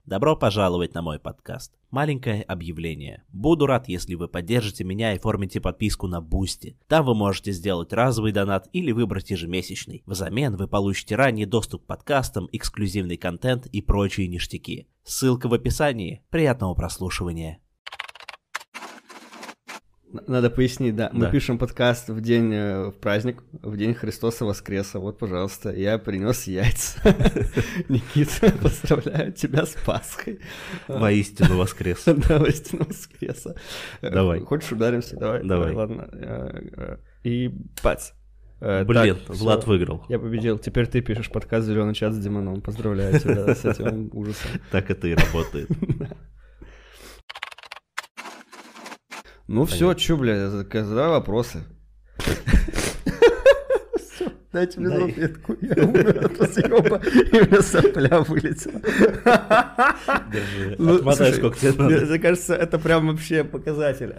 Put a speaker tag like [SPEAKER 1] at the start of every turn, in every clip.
[SPEAKER 1] Добро пожаловать на мой подкаст. Маленькое объявление. Буду рад, если вы поддержите меня и оформите подписку на Boosty. Там вы можете сделать разовый донат или выбрать ежемесячный. Взамен вы получите ранний доступ к подкастам, эксклюзивный контент и прочие ништяки. Ссылка в описании. Приятного прослушивания.
[SPEAKER 2] Надо пояснить, да. Мы пишем подкаст в день, в праздник, в день Христоса Воскреса. Вот, пожалуйста, я принес яйца. Никита, поздравляю тебя с Пасхой.
[SPEAKER 1] Воистину воскрес.
[SPEAKER 2] Да, воистину воскреса.
[SPEAKER 1] Давай.
[SPEAKER 2] Хочешь, ударимся? Давай. Ладно. И бац.
[SPEAKER 1] Блин, Влад выиграл.
[SPEAKER 2] Я победил. Теперь ты пишешь подкаст «Зеленый чат» с Димоном. Поздравляю тебя с этим ужасом.
[SPEAKER 1] Так это и работает.
[SPEAKER 2] Ну все, чё, блядь, задавай вопросы. Дайте мне салфетку, я умер от съёба, и у меня сопля вылетела.
[SPEAKER 1] Держи, отмотай, сколько тебе надо.
[SPEAKER 2] Мне кажется, это прям вообще показатель.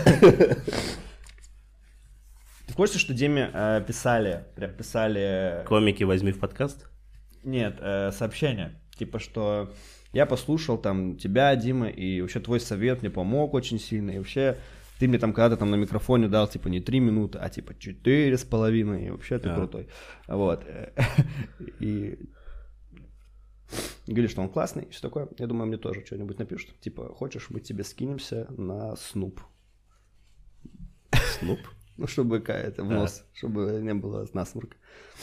[SPEAKER 2] Ты в курсе, что Диме писали...
[SPEAKER 1] Комики возьми в подкаст?
[SPEAKER 2] Нет, сообщение, типа что... Я послушал там тебя, Дима, и вообще твой совет мне помог очень сильно. И вообще ты мне там когда-то там на микрофоне дал типа не 3 минуты, а типа 4,5. И вообще ты крутой. Вот. И говорили, что он классный, и все такое. Я думаю, мне тоже что-нибудь напишут. Типа, хочешь, мы тебе скинемся на снуп.
[SPEAKER 1] Снуп?
[SPEAKER 2] Ну, чтобы это в нос, чтобы не было насморка.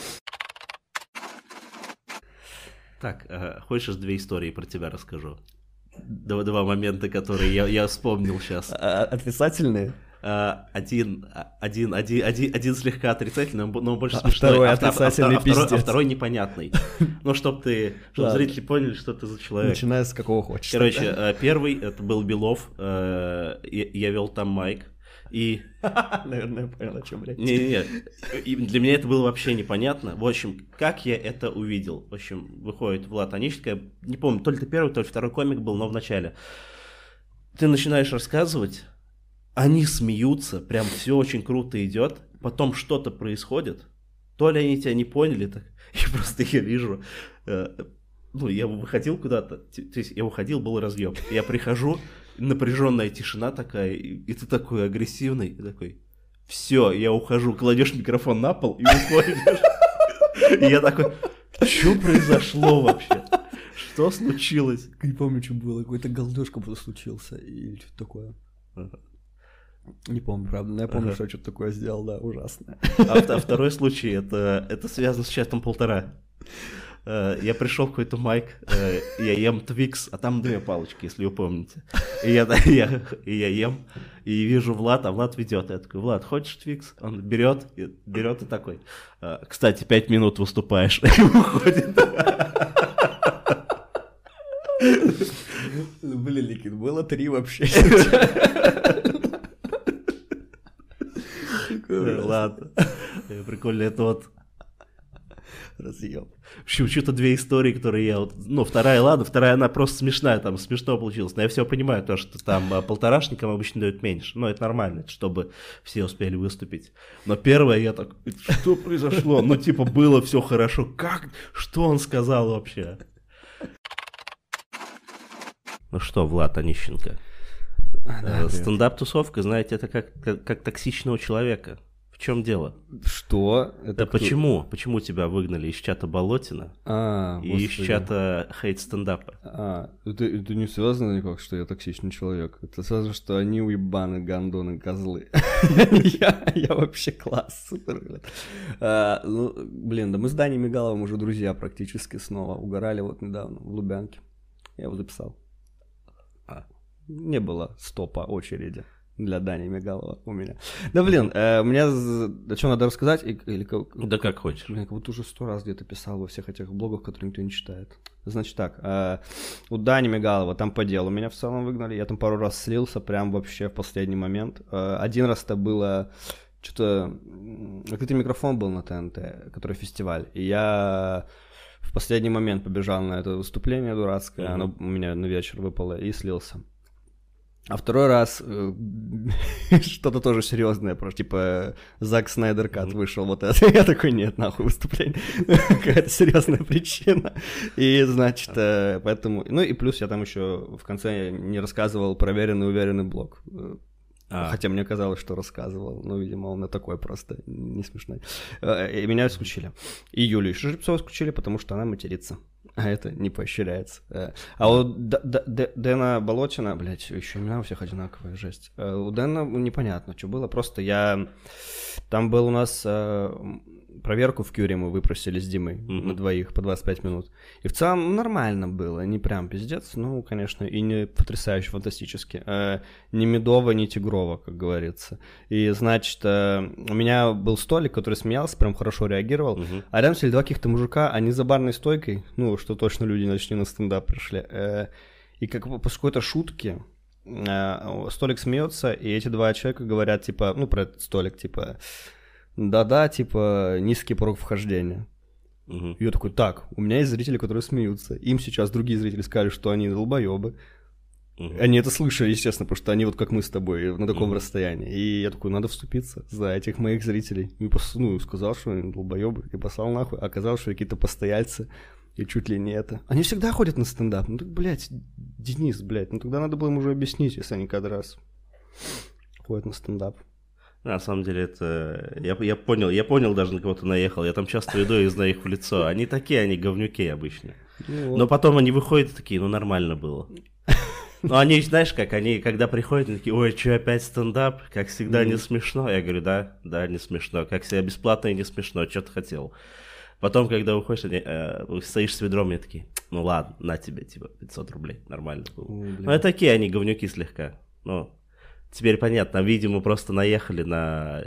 [SPEAKER 1] Так, хочешь, 2 истории про тебя расскажу? Два момента, которые я вспомнил сейчас.
[SPEAKER 2] Отрицательные?
[SPEAKER 1] Один слегка отрицательный, но больше смешной.
[SPEAKER 2] Второй отрицательный пиздец.
[SPEAKER 1] А второй непонятный. Ну, чтобы зрители поняли, что ты за человек.
[SPEAKER 2] Начиная с какого хочешь.
[SPEAKER 1] Короче, первый, это был Белов, я вел там майк. И...
[SPEAKER 2] Наверное, я понял, о чем речь.
[SPEAKER 1] Не, для меня это было вообще непонятно. В общем, как я это увидел? В общем, выходит Влад Онищенко, не помню, то ли ты первый, то ли второй комик был, но в начале. Ты начинаешь рассказывать, они смеются, прям все очень круто идет, потом что-то происходит, то ли они тебя не поняли, так, и просто я вижу... Ну, я выходил куда-то, то есть я уходил, был разъем. Я прихожу, напряженная тишина такая, и ты такой агрессивный, и такой, все, я ухожу, кладешь микрофон на пол и уходишь. И я такой, что произошло вообще? Что случилось?
[SPEAKER 2] Не помню, что было, какой-то голдёжка просто случился, или что-то такое. Не помню, правда, но я помню, что я что-то такое сделал, да, ужасное.
[SPEAKER 1] А второй случай, это связано с чатом 1,5. Я пришел в какой-то майк, я ем Твикс, а там 2 палочки, если вы помните. И я ем, и вижу Влад, а Влад ведет. Я такой, Влад, хочешь Твикс? Он берет и такой, кстати, 5 минут выступаешь, и уходит.
[SPEAKER 2] Блин, Никит, было 3 вообще.
[SPEAKER 1] Ладно, прикольно, это вот...
[SPEAKER 2] Разъем.
[SPEAKER 1] В общем, что-то 2 истории, которые я... Ну, вторая, ладно, вторая, она просто смешная, там смешно получилось. Но я все понимаю, то, что там 1,5-шникам обычно дают меньше. Но это нормально, чтобы все успели выступить. Но первое, я так, что произошло? Ну, типа, было все хорошо. Как? Что он сказал вообще? Ну что, Влад Онищенко? Стендап-тусовка, знаете, это как токсичного человека. В чем дело?
[SPEAKER 2] Что?
[SPEAKER 1] Это почему? Почему тебя выгнали из чата Болотина и из чата хейт-стендапа?
[SPEAKER 2] Это не связано никак, что я токсичный человек. Это связано, что они уебаны, гандоны, козлы. Я вообще класс, супер. Ну, блин, да мы с Даней Мигаловым уже друзья практически снова. Угорали вот недавно в Лубянке. Я его записал. Не было стопа очереди для Дани Мигалова у меня. Да блин, мне что надо рассказать?
[SPEAKER 1] Да как хочешь.
[SPEAKER 2] Блин, как будто уже 100 раз где-то писал во всех этих блогах, которые никто не читает. Значит так, у Дани Мигалова там по делу меня в целом выгнали. Я там пару раз слился прям вообще в последний момент. Один раз это было что-то... Открытый микрофон был на ТНТ, который фестиваль. И я в последний момент побежал на это выступление дурацкое. Оно у меня на вечер выпало и слился. А второй раз что-то тоже серьезное, просто типа Зак Снайдер Кат вышел, вот это. Я такой, нет, нахуй выступление. Какая-то серьезная причина. И, значит, поэтому... Ну и плюс я там еще в конце не рассказывал проверенный, уверенный блог. Хотя мне казалось, что рассказывал. Ну, видимо, он такой просто не смешной. И меня исключили. И Юлю Жеребцову исключили, потому что она матерится. А это не поощряется. А у Дэна Болотина, блядь, еще имена у всех одинаковые, жесть. У Дэна непонятно, что было. Просто там был у нас... Проверку в Кюре мы выпросили с Димой на двоих по 25 минут. И в целом нормально было, не прям пиздец, ну, конечно, и не потрясающе, фантастически. Ни медово, ни тигрово, как говорится. И, значит, у меня был столик, который смеялся, прям хорошо реагировал, а рядом сидели два каких-то мужика, они за барной стойкой, ну, что точно люди начали на стендап пришли. И как после какой-то шутки столик смеется, и эти два человека говорят, типа, ну, про этот столик, типа... Да-да, типа, низкий порог вхождения. И я такой, так, у меня есть зрители, которые смеются. Им сейчас другие зрители сказали, что они долбоебы. Они это слышали, естественно, потому что они вот как мы с тобой на таком расстоянии. И я такой, надо вступиться за этих моих зрителей. И сказал, что они долбоебы, и послал нахуй. А оказалось, что какие-то постояльцы, и чуть ли не это. Они всегда ходят на стендап. Ну так, блядь, Денис, блядь, ну тогда надо было им уже объяснить, если они каждый раз ходят на стендап.
[SPEAKER 1] На самом деле, это... Я понял даже, на кого ты наехал. Я там часто иду и знаю их в лицо. Они такие, они говнюки обычно. Но потом они выходят такие, ну, нормально было. Но они, знаешь, как они, когда приходят, они такие, ой, что, опять стендап? Как всегда, не смешно. Я говорю, да, не смешно. Как всегда, бесплатно и не смешно. Что ты хотел? Потом, когда выходишь, стоишь с ведром, и такие, ну, ладно, на тебе, типа, 500 рублей. Нормально было. Ну, это такие они, говнюки слегка. Ну... Теперь понятно, видимо, просто наехали на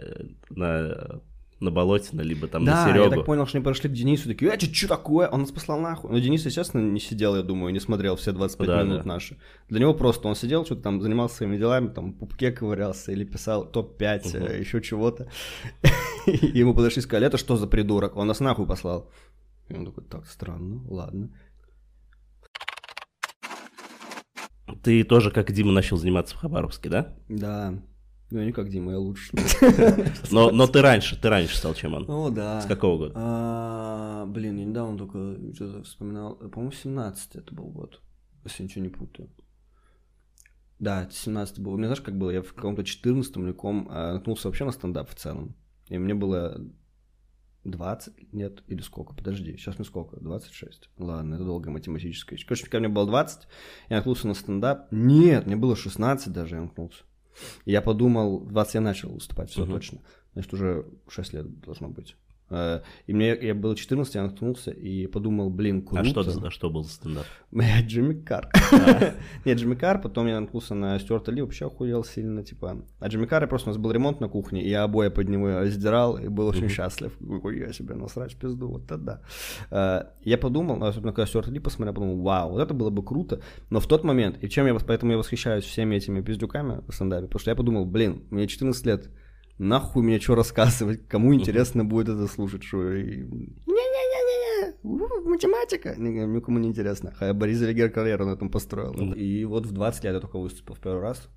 [SPEAKER 1] Болотина, либо там на Серегу.
[SPEAKER 2] Да, я так понял, что они подошли к Денису, такие, что такое? Он нас послал нахуй. Но Денис, естественно, не сидел, я думаю, не смотрел все 25 минут наши. Для него просто он сидел, что-то там занимался своими делами, там в пупке ковырялся или писал топ-5, еще чего-то. И ему подошли и сказали, это что за придурок? Он нас нахуй послал. И он такой, так, странно, ладно.
[SPEAKER 1] Ты тоже, как Дима, начал заниматься в Хабаровске, да?
[SPEAKER 2] Да. Ну, не как Дима, я лучше.
[SPEAKER 1] Но ты раньше стал, чем он.
[SPEAKER 2] О, да.
[SPEAKER 1] С какого года?
[SPEAKER 2] Блин, я недавно только что-то вспоминал. По-моему, 17-й это был год, если ничего не путаю. Да, 17-й был. У меня, знаешь, как было? Я в каком-то 14-м веком наткнулся вообще на стендап в целом. И мне было 20 лет или сколько? Подожди, сейчас мне сколько? 26. Ладно, это долгое математическое. Короче, когда мне было 20, я наткнулся на стендап. Нет, мне было 16 даже, я наткнулся. И я подумал, 20 я начал выступать, все точно. Значит, уже 6 лет должно быть. И я был 14, я наткнулся и подумал, блин, круто.
[SPEAKER 1] А что был за стендап?
[SPEAKER 2] Джимми Карр. Нет, Джимми Карр, потом я наткнулся на Стюарта Ли, вообще охуел сильно, типа. А Джимми Карр, просто у нас был ремонт на кухне, и я обои под него сдирал, и был очень счастлив. Ой, я себе насрать в пизду, вот это да. Я подумал, особенно когда Стюарта Ли посмотрел, подумал, вау, вот это было бы круто. Но в тот момент, и поэтому я восхищаюсь всеми этими пиздюками в стендапе, потому что я подумал, блин, мне 14 лет, нахуй мне что рассказывать, кому интересно будет это слушать, что... Не-не-не-не-не, математика, никому не интересно. А Борис Велигер карьеру на этом построил. И вот в 20 лет я только выступил в первый раз,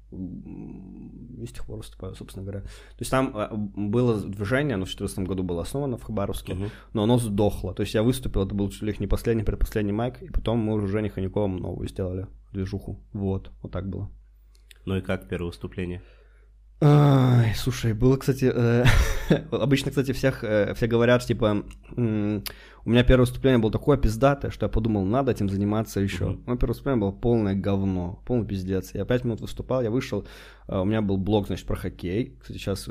[SPEAKER 2] и с тех пор выступаю, собственно говоря. То есть там было движение, оно в 2014 году было основано в Хабаровске, но оно сдохло. То есть я выступил, это был чуть ли не последний, предпоследний майк, и потом мы уже Женей Хомяковым новую сделали движуху. Вот так было.
[SPEAKER 1] Ну и как первое выступление?
[SPEAKER 2] Ай, слушай, было, кстати, обычно, кстати, все говорят, типа, у меня первое выступление было такое пиздатое, что я подумал, надо этим заниматься еще. Мое первое выступление было полное говно, полный пиздец. Я 5 минут выступал, я вышел, у меня был блог, значит, про хоккей. Кстати, сейчас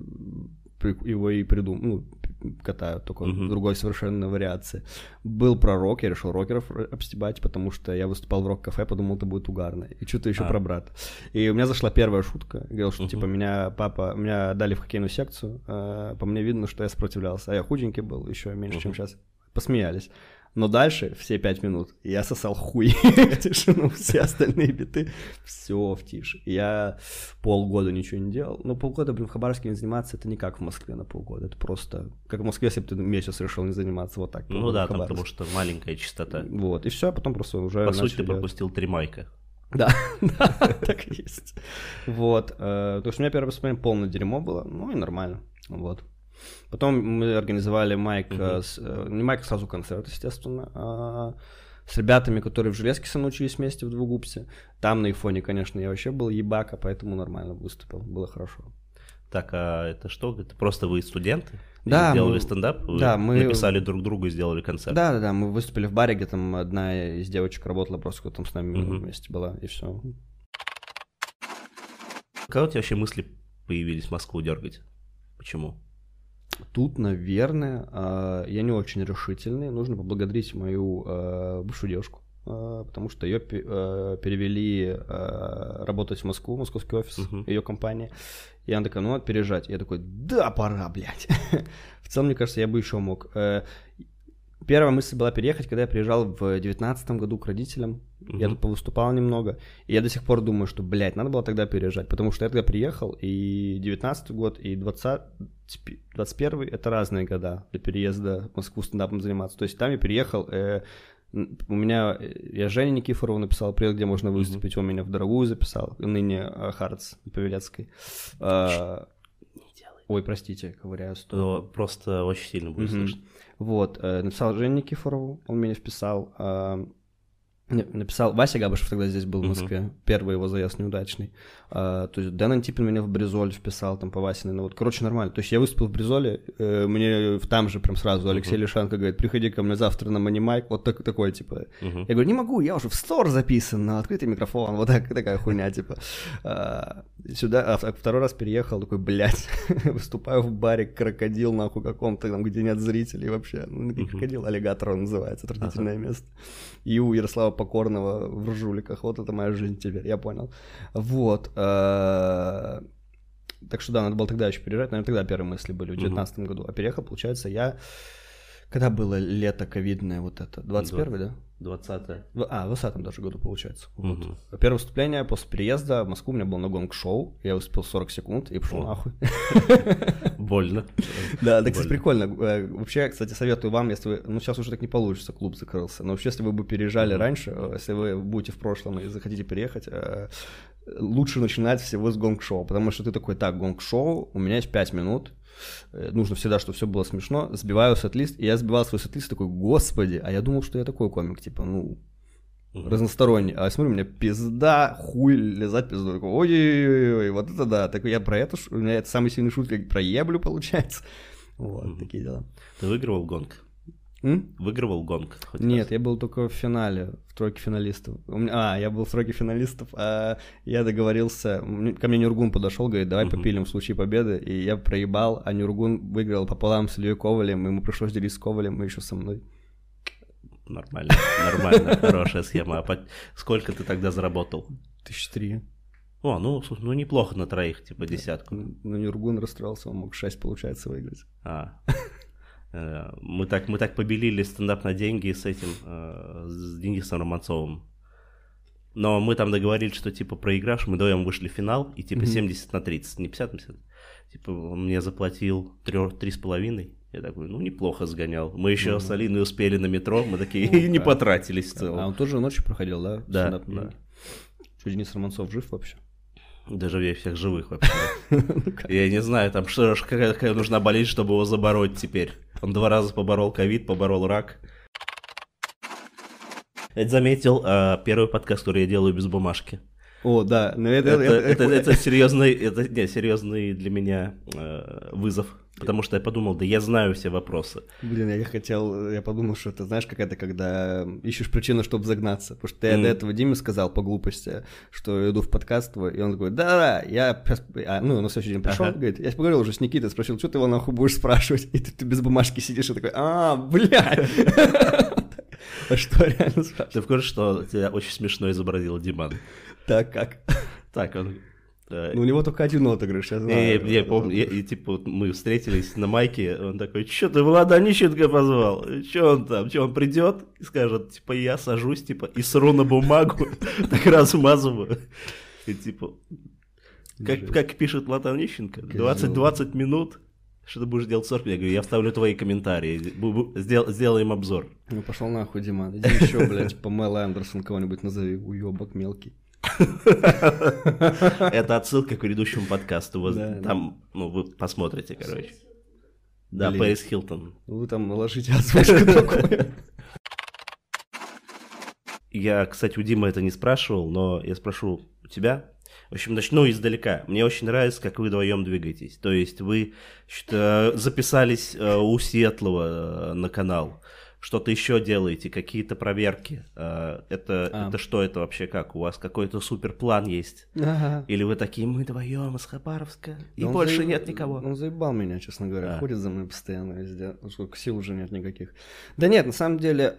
[SPEAKER 2] его и придумал, катаю, только в другой совершенно вариации. Был про рок, я решил рокеров обстебать, потому что я выступал в рок-кафе, подумал, это будет угарно. И что-то еще про брата. И у меня зашла первая шутка. Я говорил, что типа меня дали в хоккейную секцию, по мне видно, что я сопротивлялся. А я худенький был, еще меньше, чем сейчас. Посмеялись. Но дальше, все 5 минут, я сосал хуй в тишину, все остальные биты, все в тишь. Я полгода ничего не делал. Но полгода, в Хабаровске не заниматься, это не как в Москве на полгода. Это просто, как в Москве, если бы ты месяц решил не заниматься, вот так.
[SPEAKER 1] Ну да, там, потому что маленькая частота.
[SPEAKER 2] Вот, и все, а потом просто уже
[SPEAKER 1] по сути, ты пропустил 3 майка.
[SPEAKER 2] Да, так и есть. Вот. То есть у меня первое выступление полное дерьмо было, ну и нормально. Вот. Потом мы организовали не майк, сразу концерт, естественно, с ребятами, которые в Железке со мной учились вместе в Двугубсе. Там на Ифоне, конечно, я вообще был ебака, поэтому нормально выступил, было хорошо.
[SPEAKER 1] Так, а это что? Это просто вы студенты?
[SPEAKER 2] Да,
[SPEAKER 1] делали стендап?
[SPEAKER 2] Да, мы
[SPEAKER 1] написали друг другу и сделали концерт?
[SPEAKER 2] Да, мы выступили в баре, где там одна из девочек работала, просто кто там с нами вместе была, и все.
[SPEAKER 1] Когда у тебя вообще мысли появились Москву дергать? Почему?
[SPEAKER 2] Тут, наверное, я не очень решительный. Нужно поблагодарить мою бывшую девушку, потому что ее перевели работать в Москву, московский офис, ее компания. И она такая, ну, надо переезжать. Я такой, да, пора, блядь. В целом, мне кажется, я бы еще мог. Первая мысль была переехать, когда я приезжал в 2019 году к родителям. Я тут повыступал немного. И я до сих пор думаю, что, блядь, надо было тогда переезжать. Потому что я тогда приехал, и 19 год, и 21 это разные года для переезда в Москву стендапом заниматься. То есть там я переехал, у меня, я Жене Никифорову написал привет, где можно выступить, он меня в Дорогую записал, ныне Хардс на Павелецкой. Ой, простите, ковыряю стол.
[SPEAKER 1] Просто очень сильно будет слышно.
[SPEAKER 2] Вот, написал Жене Никифорову, он меня вписал. Написал, Вася Габышев тогда здесь был в Москве, первый его заезд неудачный. То есть Дэн Антипин меня в Бризоль вписал, там по Васиной, ну вот, короче, нормально. То есть я выступил в Бризоле, мне там же прям сразу Алексей Лишанко говорит, приходи ко мне завтра на Манимайк, вот такой, типа. Я говорю, не могу, я уже в стор записан, на открытый микрофон, вот такая хуйня, типа. Сюда, второй раз переехал, такой, блядь, выступаю в баре «Крокодил», нахуй, каком-то там, где нет зрителей вообще. Ну, «Крокодил», аллигатор он называется, отвратительное место. И у Ярослава Покорного в Ржуликах, вот это моя жизнь теперь, я понял. Вот. Так что да, надо было тогда еще переезжать, наверное, тогда первые мысли были в 2019 году. А переехал, получается, я... Когда было лето ковидное вот это? 21-й, да?
[SPEAKER 1] 20-е.
[SPEAKER 2] В 20-м даже году, получается. Вот. Первое выступление после переезда в Москву у меня было на гонг-шоу. Я успел 40 секунд и пошел нахуй.
[SPEAKER 1] Больно.
[SPEAKER 2] Да, так, кстати, прикольно. Вообще, кстати, советую вам, если вы... Ну, сейчас уже так не получится, клуб закрылся. Но вообще, если вы бы переезжали раньше, если вы будете в прошлом и захотите переехать, лучше начинать всего с гонг-шоу. Потому что ты такой, так, гонг-шоу, у меня есть 5 минут. Нужно всегда, чтобы все было смешно. Сбиваю сет-лист, и я сбивал свой сет-лист такой, господи, а я думал, что я такой комик, типа, ну, разносторонний. А я смотрю, у меня пизда, хуй, лизать пизду. Такой, ой-ой-ой, вот это да. Так я про это, у меня это самый сильный шутка, про еблю получается. Вот, такие дела.
[SPEAKER 1] Ты выигрывал гонг? Выигрывал гонг?
[SPEAKER 2] Нет, я был только в финале, в тройке финалистов. Я был в тройке финалистов, а я договорился, ко мне Нюргун подошел, говорит, давай попилим в случае победы, и я проебал, а Нюргун выиграл пополам с Ильей Ковалем, ему пришлось делить с Ковалем и еще со мной.
[SPEAKER 1] Нормально, хорошая схема. А сколько ты тогда заработал?
[SPEAKER 2] 1003.
[SPEAKER 1] О, ну неплохо на троих, типа десятку.
[SPEAKER 2] Но Нюргун расстроился, он мог 6, получается, выиграть.
[SPEAKER 1] Мы так побелили стендап на деньги с этим, с Денисом Романцовым. Но мы там договорились, что типа проиграв, мы вдвоем вышли в финал, и типа 70/30, не 50/50. Типа он мне заплатил 3,5. Я такой, ну неплохо сгонял. Мы еще с Алиной успели на метро, мы такие не потратились в целом.
[SPEAKER 2] А он тоже ночью проходил, да?
[SPEAKER 1] Да.
[SPEAKER 2] Что, Денис Романцов жив вообще?
[SPEAKER 1] Да живее всех живых вообще. Я не знаю, там какая нужна болезнь, чтобы его забороть теперь. Он 2 раза поборол ковид, поборол рак. Я заметил первый подкаст, который я делаю без бумажки.
[SPEAKER 2] О, да.
[SPEAKER 1] Это серьезный для меня вызов. Потому что я подумал, да я знаю все вопросы.
[SPEAKER 2] Блин, я подумал, что это, знаешь, какая-то, когда ищешь причину, чтобы загнаться. Потому что я до этого Диме сказал по глупости, что иду в подкаст твой, и он такой, да, я сейчас... на следующий день пришел, говорит, я поговорил уже с Никитой, спросил, что ты его нахуй будешь спрашивать? И ты без бумажки сидишь и такой, блядь! А что реально спрашивать?
[SPEAKER 1] Ты в курсе, что тебя очень смешно изобразил Диман?
[SPEAKER 2] Так, как?
[SPEAKER 1] Так, он...
[SPEAKER 2] Ну, у него только один отыгрыш, я знаю.
[SPEAKER 1] Я помню, и типа мы встретились на майке, он такой, что ты Влада Нищенко позвал? Что он там? Что он придет и скажет, типа, я сажусь, типа, и сру на бумагу, так размазываю. И типа, как пишет Влада Нищенко, 20 минут, что ты будешь делать 40? Я говорю, я вставлю твои комментарии, сделаем обзор.
[SPEAKER 2] Ну, пошел нахуй, Диман, иди еще, блядь, Памела Андерсон кого-нибудь назови, уебок мелкий.
[SPEAKER 1] Это отсылка к предыдущему подкасту. Там, вы посмотрите, короче. Да, Пэрис Хилтон.
[SPEAKER 2] Вы там ложите озвучку такую.
[SPEAKER 1] Я, кстати, у Димы это не спрашивал, но я спрошу у тебя. В общем, начну издалека. Мне очень нравится, как вы вдвоем двигаетесь. То есть вы записались у Светлого на канал, что-то еще делаете, какие-то проверки. Это что это вообще как? У вас какой-то суперплан есть?
[SPEAKER 2] Ага.
[SPEAKER 1] Или вы такие, мы вдвоем из Хабаровска, и больше нет никого?
[SPEAKER 2] Он заебал меня, честно говоря. Ходит за мной постоянно везде. Сколько сил уже нет никаких. Да нет, на самом деле...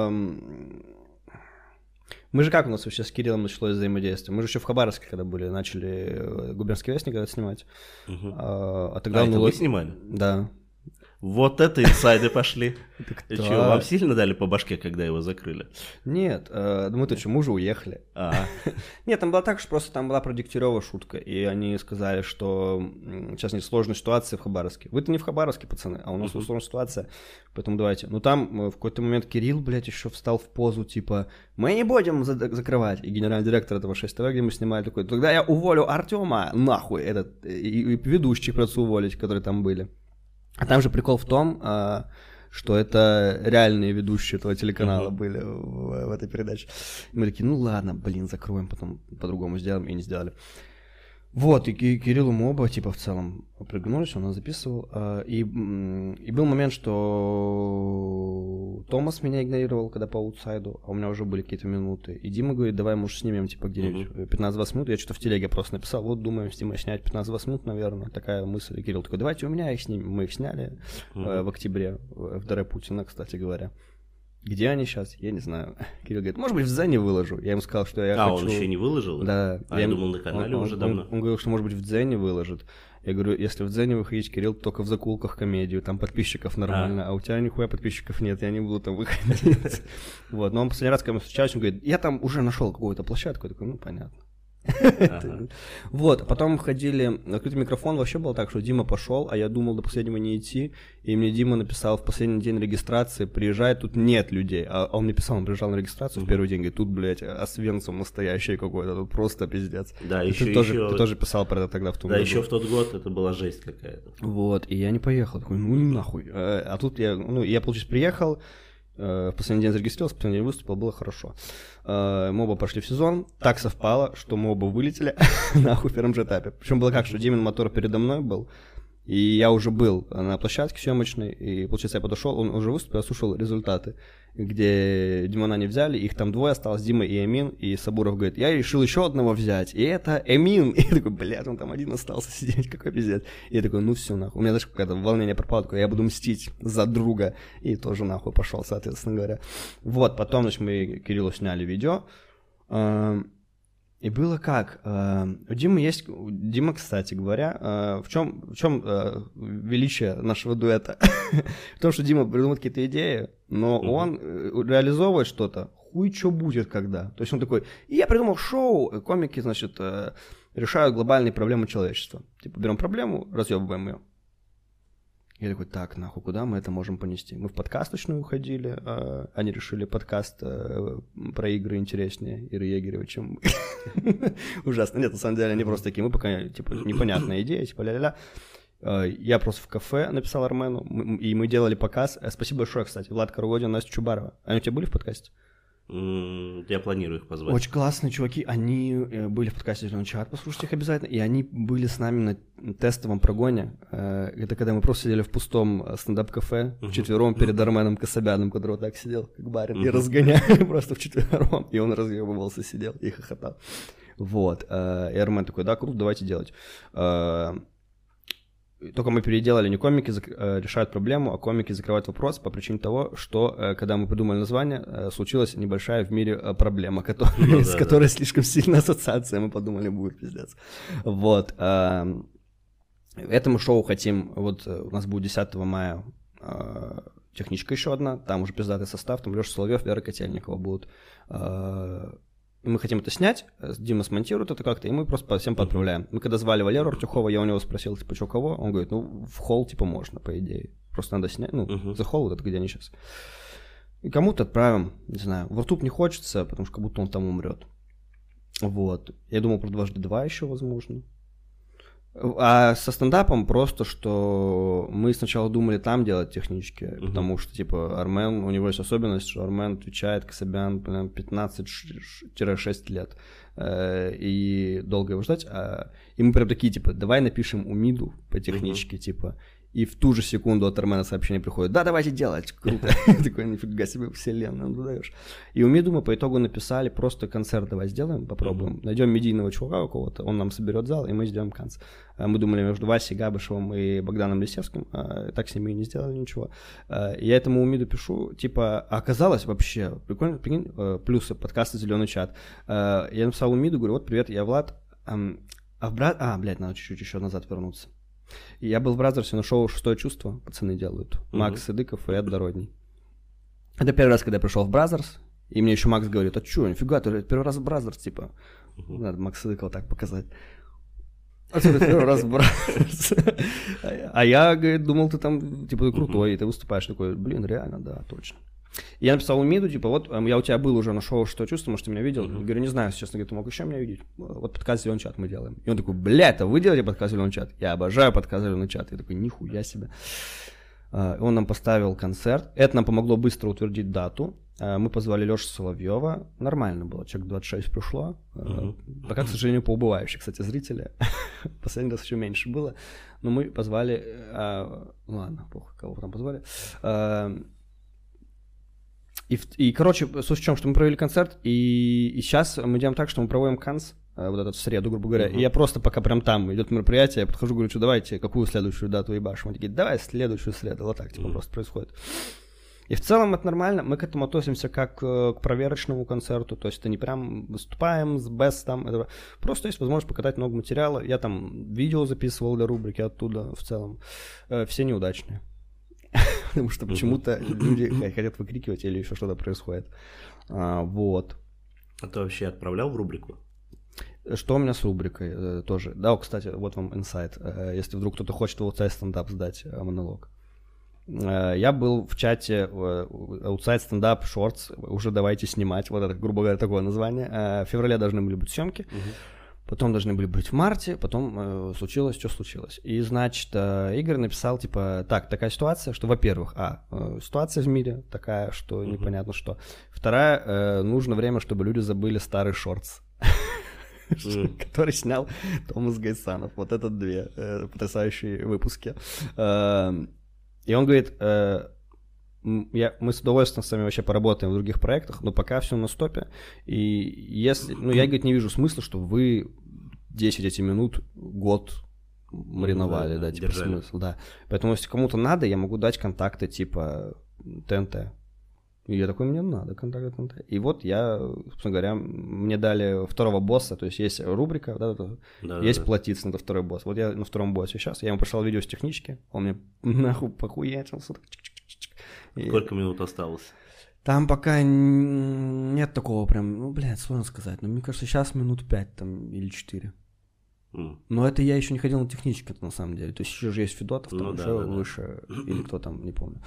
[SPEAKER 2] Мы же как у нас вообще с Кириллом началось взаимодействие? Мы же еще в Хабаровске, когда были, начали «Губернский вестник» снимать.
[SPEAKER 1] Тогда это вы снимали?
[SPEAKER 2] Да.
[SPEAKER 1] Вот это инсайды пошли. И что, вам сильно дали по башке, когда его закрыли?
[SPEAKER 2] Нет, мы-то что, мы уже уехали. Нет, там было так, что просто там была про Дегтярева шутка, и они сказали, что сейчас не сложная ситуация в Хабаровске. Вы-то не в Хабаровске, пацаны, а у нас сложная ситуация, поэтому давайте. Ну там в какой-то момент Кирилл, блядь, еще встал в позу, типа, мы не будем закрывать. И генеральный директор этого 6 ТВ, где мы снимали, такой, тогда я уволю Артема, нахуй, и ведущих придется уволить, которые там были. А там же прикол в том, что это реальные ведущие этого телеканала были в этой передаче. И мы такие, ну ладно, закроем, потом по-другому сделаем, и не сделали. Вот, и Кириллу мы оба, типа, в целом прыгнулись, он нас записывал. И был момент, что Томас меня игнорировал, когда по аутсайду, а у меня уже были какие-то минуты. И Дима говорит, давай, может, снимем, типа, где-нибудь 15-20 минут. Я что-то в телеге просто написал, вот, думаем с Димой снять 15-20 минут, наверное. Такая мысль. И Кирилл такой, давайте у меня их снимем. Мы их сняли в октябре, в ДР Путина, кстати говоря. Где они сейчас? Я не знаю. Кирилл говорит, может быть, в Дзене выложу. Я ему сказал, что я хочу...
[SPEAKER 1] он еще не выложил?
[SPEAKER 2] Да.
[SPEAKER 1] Я думал, на канале уже давно.
[SPEAKER 2] Он говорил, что, может быть, в Дзене выложит. Я говорю, если в Дзене выходить, Кирилл, только в закулках комедию, там подписчиков нормально, а у тебя нихуя подписчиков нет, я не буду там выходить. Вот, но он последний раз, когда мы встречались, он говорит, я там уже нашел какую-то площадку. Я такой, ну, понятно. Вот, потом ходили, открытый микрофон вообще было так, что Дима пошел, а я думал до последнего не идти, и мне Дима написал в последний день регистрации, приезжай, тут нет людей, а он мне писал, он приезжал на регистрацию в первый день, говорит, тут, блядь, Освенцим настоящий какой-то, тут просто пиздец.
[SPEAKER 1] Да,
[SPEAKER 2] ты тоже писал про это тогда в том году.
[SPEAKER 1] Да, еще в тот год это была жесть какая-то.
[SPEAKER 2] Вот, и я не поехал, такой, ну нахуй, а тут я, получается, приехал, в последний день зарегистрировался, в последний день выступил, было хорошо. Мы оба пошли в сезон, так совпало, что мы оба вылетели нахуй в первом же этапе. Причем было как, что Димин мотор передо мной был, и я уже был на площадке съемочной, и, получается, я подошел, он уже выступил, я слушал результаты, где Димона не взяли, их там двое осталось, Дима и Эмин, и Сабуров говорит, я решил еще одного взять, и это Эмин. И я такой, блядь, он там один остался сидеть, какой пиздец. И я такой, ну все, нахуй. У меня даже какое-то волнение пропало, такое, я буду мстить за друга. И тоже нахуй пошел, соответственно говоря. Вот, потом, значит, мы Кириллу сняли видео. И было как? У Дима, кстати говоря, в чем величие нашего дуэта? В том, что Дима придумывает какие-то идеи, но он реализовывает что-то, хуй что будет когда. То есть он такой, и я придумал шоу, комики, значит, решают глобальные проблемы человечества. Типа берем проблему, разъебываем ее. Я такой, так, нахуй, куда мы это можем понести? Мы в подкасточную уходили, они решили подкаст про игры интереснее, Иры Егоревой, чем мы. Ужасно. Нет, на самом деле они просто такие, мы пока, типа, непонятная идея, типа, ля-ля-ля. Я просто в кафе написал Армену, и мы делали показ. Спасибо большое, кстати, Влад Каругодин, Настя Чубарова. Они у тебя были в подкасте?
[SPEAKER 1] Я планирую их позвать.
[SPEAKER 2] Очень классные чуваки, они были в подкасте «Зеленый чат», послушайте их обязательно, и они были с нами на тестовом прогоне. Это когда мы просто сидели в пустом стендап-кафе вчетвером перед Арменом Касабяном, который вот так сидел, как барин, и разгоняли просто вчетвером, и он разъебывался, сидел и хохотал. Вот, и Армен такой, да, круто, давайте делать. Только мы переделали, не комики решают проблему, а комики закрывают вопрос по причине того, что, когда мы придумали название, случилась небольшая в мире проблема, с которой слишком сильная ассоциация, мы подумали, будет пиздец. Вот. Этому шоу хотим, вот у нас будет 10 мая техничка еще одна, там уже пиздатый состав, там Леша Соловьев, Вера Котельникова будут. И мы хотим это снять, Дима смонтирует это как-то, и мы просто всем поотправляем. Мы когда звали Валеру Артюхова, я у него спросил, типа, что кого? Он говорит, ну, в холл, типа, можно, по идее. Просто надо снять, за холл, вот это где они сейчас. И кому-то отправим, не знаю, в Ртуб не хочется, потому что как будто он там умрет. Вот. Я думал про «Дважды два» еще возможно. А со стендапом просто, что мы сначала думали там делать технически, потому что, типа, Армен, у него есть особенность, что Армен отвечает Касабян 15-6 лет, и долго его ждать. И мы прям такие, типа, давай напишем Умиду по технически, типа, и в ту же секунду от Армена сообщение приходит: да, давайте делать, круто. Такой, нифига себе, вселенную даешь. И Умиду мы по итогу написали, просто концерт давай сделаем, попробуем. Найдем медийного чувака у кого-то, он нам соберет зал, и мы сделаем концерт. Мы думали между Васей Габышевым и Богданом Лисевским, так с ними и не сделали ничего. Я этому Умиду пишу, типа, а оказалось вообще, прикольно, прикинь, плюсы подкаста «Зеленый чат». Я написал Умиду, говорю: вот, привет, я Влад, блядь, надо чуть-чуть еще назад вернуться. Я был в Бразерсе на шоу «Шестое чувство», пацаны делают. Макс Сыдыков и Эд Дородний. Это первый раз, когда я пришел в Бразерс, и мне еще Макс говорит: а чё, нифига, ты первый раз в Бразерс, типа. Надо Макса Сыдыкова так показать. А ты первый раз в Бразерс. А я, говорит, думал, ты там, типа, крутой, и ты выступаешь. Такой, блин, реально, да, точно. И я написал Умиду, типа, вот, я у тебя был уже на шоу «Что чувство», может, ты меня видел? Говорю, не знаю, честно, говорит, ты мог еще меня видеть. Вот подкаст «Зеленый чат» мы делаем. И он такой: бля, это вы делаете подкаст «Зеленый чат»? Я обожаю подкаст «Зеленый чат». Я такой: нихуя себе. Он нам поставил концерт. Это нам помогло быстро утвердить дату. Мы позвали Лешу Соловьева. Нормально было, человек 26 пришло. Пока, к сожалению, поубывающие, кстати, зрители. Последний раз еще меньше было. Но мы позвали... ладно, похуй, кого там позвали. И, короче, суть в чем, что мы провели концерт, и сейчас мы делаем так, что мы проводим канц, вот этот в среду, грубо говоря, и я просто пока прям там идет мероприятие, я подхожу, говорю: что давайте, какую следующую дату ебашим? Он такие: давай следующую среду, вот так, типа, просто происходит. И в целом это нормально, мы к этому относимся как к проверочному концерту, то есть это не прям выступаем с бестом, это просто есть возможность покатать много материала, я там видео записывал для рубрики оттуда в целом, все неудачные. Потому что почему-то люди хотят выкрикивать или еще что-то происходит. Вот.
[SPEAKER 1] А ты вообще отправлял в рубрику?
[SPEAKER 2] Что у меня с рубрикой тоже? Да, кстати, вот вам инсайт. Если вдруг кто-то хочет в Outside стендап сдать монолог. Я был в чате Outside стендап Shorts, уже давайте снимать. Вот это, грубо говоря, такое название. В феврале должны были быть съемки. Потом должны были быть в марте, потом случилось, что случилось. И, значит, Игорь написал, типа, такая ситуация, что, во-первых, ситуация в мире такая, что непонятно что. Вторая, нужно время, чтобы люди забыли старый шортс, который снял Томас Гайсанов. Вот это две потрясающие выпуски. И он говорит: мы с удовольствием с вами вообще поработаем в других проектах, но пока все на стопе. И если, я, говорит, не вижу смысла, что вы 10 минут, год мариновали, да, типа,
[SPEAKER 1] держали.
[SPEAKER 2] смысл, да. Поэтому, если кому-то надо, я могу дать контакты типа ТНТ. И я такой: мне надо контакты ТНТ. И вот я, собственно говоря, мне дали второго босса, то есть рубрика, есть платиться, это второй босс. Вот я на втором боссе сейчас, я ему пришел видео с технички, он мне нахуй похуячился.
[SPEAKER 1] Сколько минут осталось?
[SPEAKER 2] Там пока нет такого прям, сложно сказать. Но мне кажется, сейчас минут 5 там, или 4. Но это я еще не ходил на технически, на самом деле. То есть еще же есть Федотов, там еще выше, или кто там, не помню.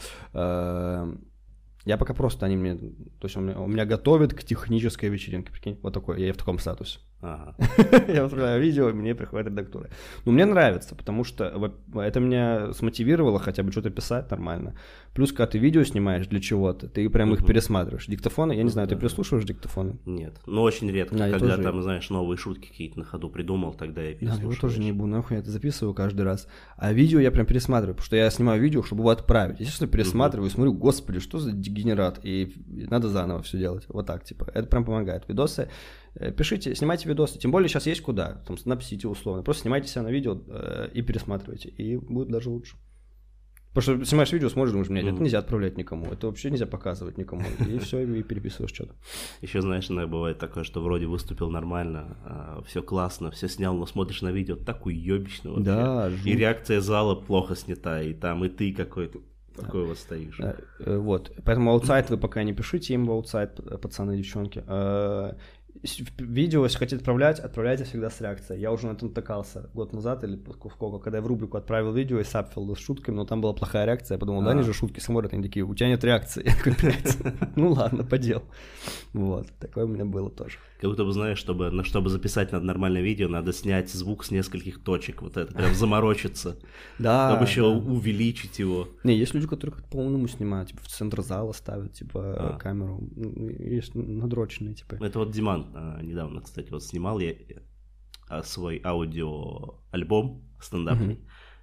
[SPEAKER 2] Я пока просто, они мне, то есть он меня готовит к технической вечеринке, прикинь, вот такой, я в таком статусе.
[SPEAKER 1] Ага.
[SPEAKER 2] Я отправляю видео, и мне приходит редактура. Но мне нравится, потому что это меня смотивировало хотя бы что-то писать нормально. Плюс, когда ты видео снимаешь для чего-то, ты прям их пересматриваешь. Диктофоны, я не знаю, ты переслушиваешь диктофоны?
[SPEAKER 1] Нет, но очень редко,
[SPEAKER 2] да,
[SPEAKER 1] когда там, знаешь, новые шутки какие-то на ходу придумал, тогда я переслушиваю.
[SPEAKER 2] Да, его тоже не буду, нахуй я это записываю каждый раз. А видео я прям пересматриваю, потому что я снимаю видео, чтобы его отправить. Естественно, пересматриваю и смотрю: господи, что за дегенерат, и надо заново все делать. Вот так, типа, это прям помогает. Видосы, пишите, снимайте видосы, тем более сейчас есть куда, там, напишите условно, просто снимайте себя на видео и пересматривайте, и будет даже лучше. Потому что снимаешь видео, смотришь, думаешь: нет, это нельзя отправлять никому, это вообще нельзя показывать никому, и все, и переписываешь что-то.
[SPEAKER 1] Еще, знаешь, иногда бывает такое, что вроде выступил нормально, все классно, все снял, но смотришь на видео, так уебищно вообще. Да, и реакция зала плохо снята, и там и ты какой-то такой вот стоишь.
[SPEAKER 2] Вот, поэтому аутсайд вы пока не пишите им в аутсайд, пацаны, девчонки. видео, если хотите отправлять, отправляйте всегда с реакцией. Я уже на это натыкался год назад или сколько, когда я в рубрику отправил видео и сапфил с шутками, но там была плохая реакция. Я подумал, да, они же шутки смотрят, они такие, у тебя нет реакции. Я такой, блядь, ну ладно, подел. Вот, такое у меня было тоже.
[SPEAKER 1] Как будто бы, знаешь, чтобы записать нормальное видео, надо снять звук с нескольких точек, вот это, прям заморочиться.
[SPEAKER 2] Да.
[SPEAKER 1] Чтобы еще увеличить его.
[SPEAKER 2] Не, есть люди, которые как-то по-умному снимают, типа в центр зала ставят, типа камеру, есть надроченные, типа.
[SPEAKER 1] Это вот Диман недавно, кстати, вот снимал я свой аудиоальбом стендапный.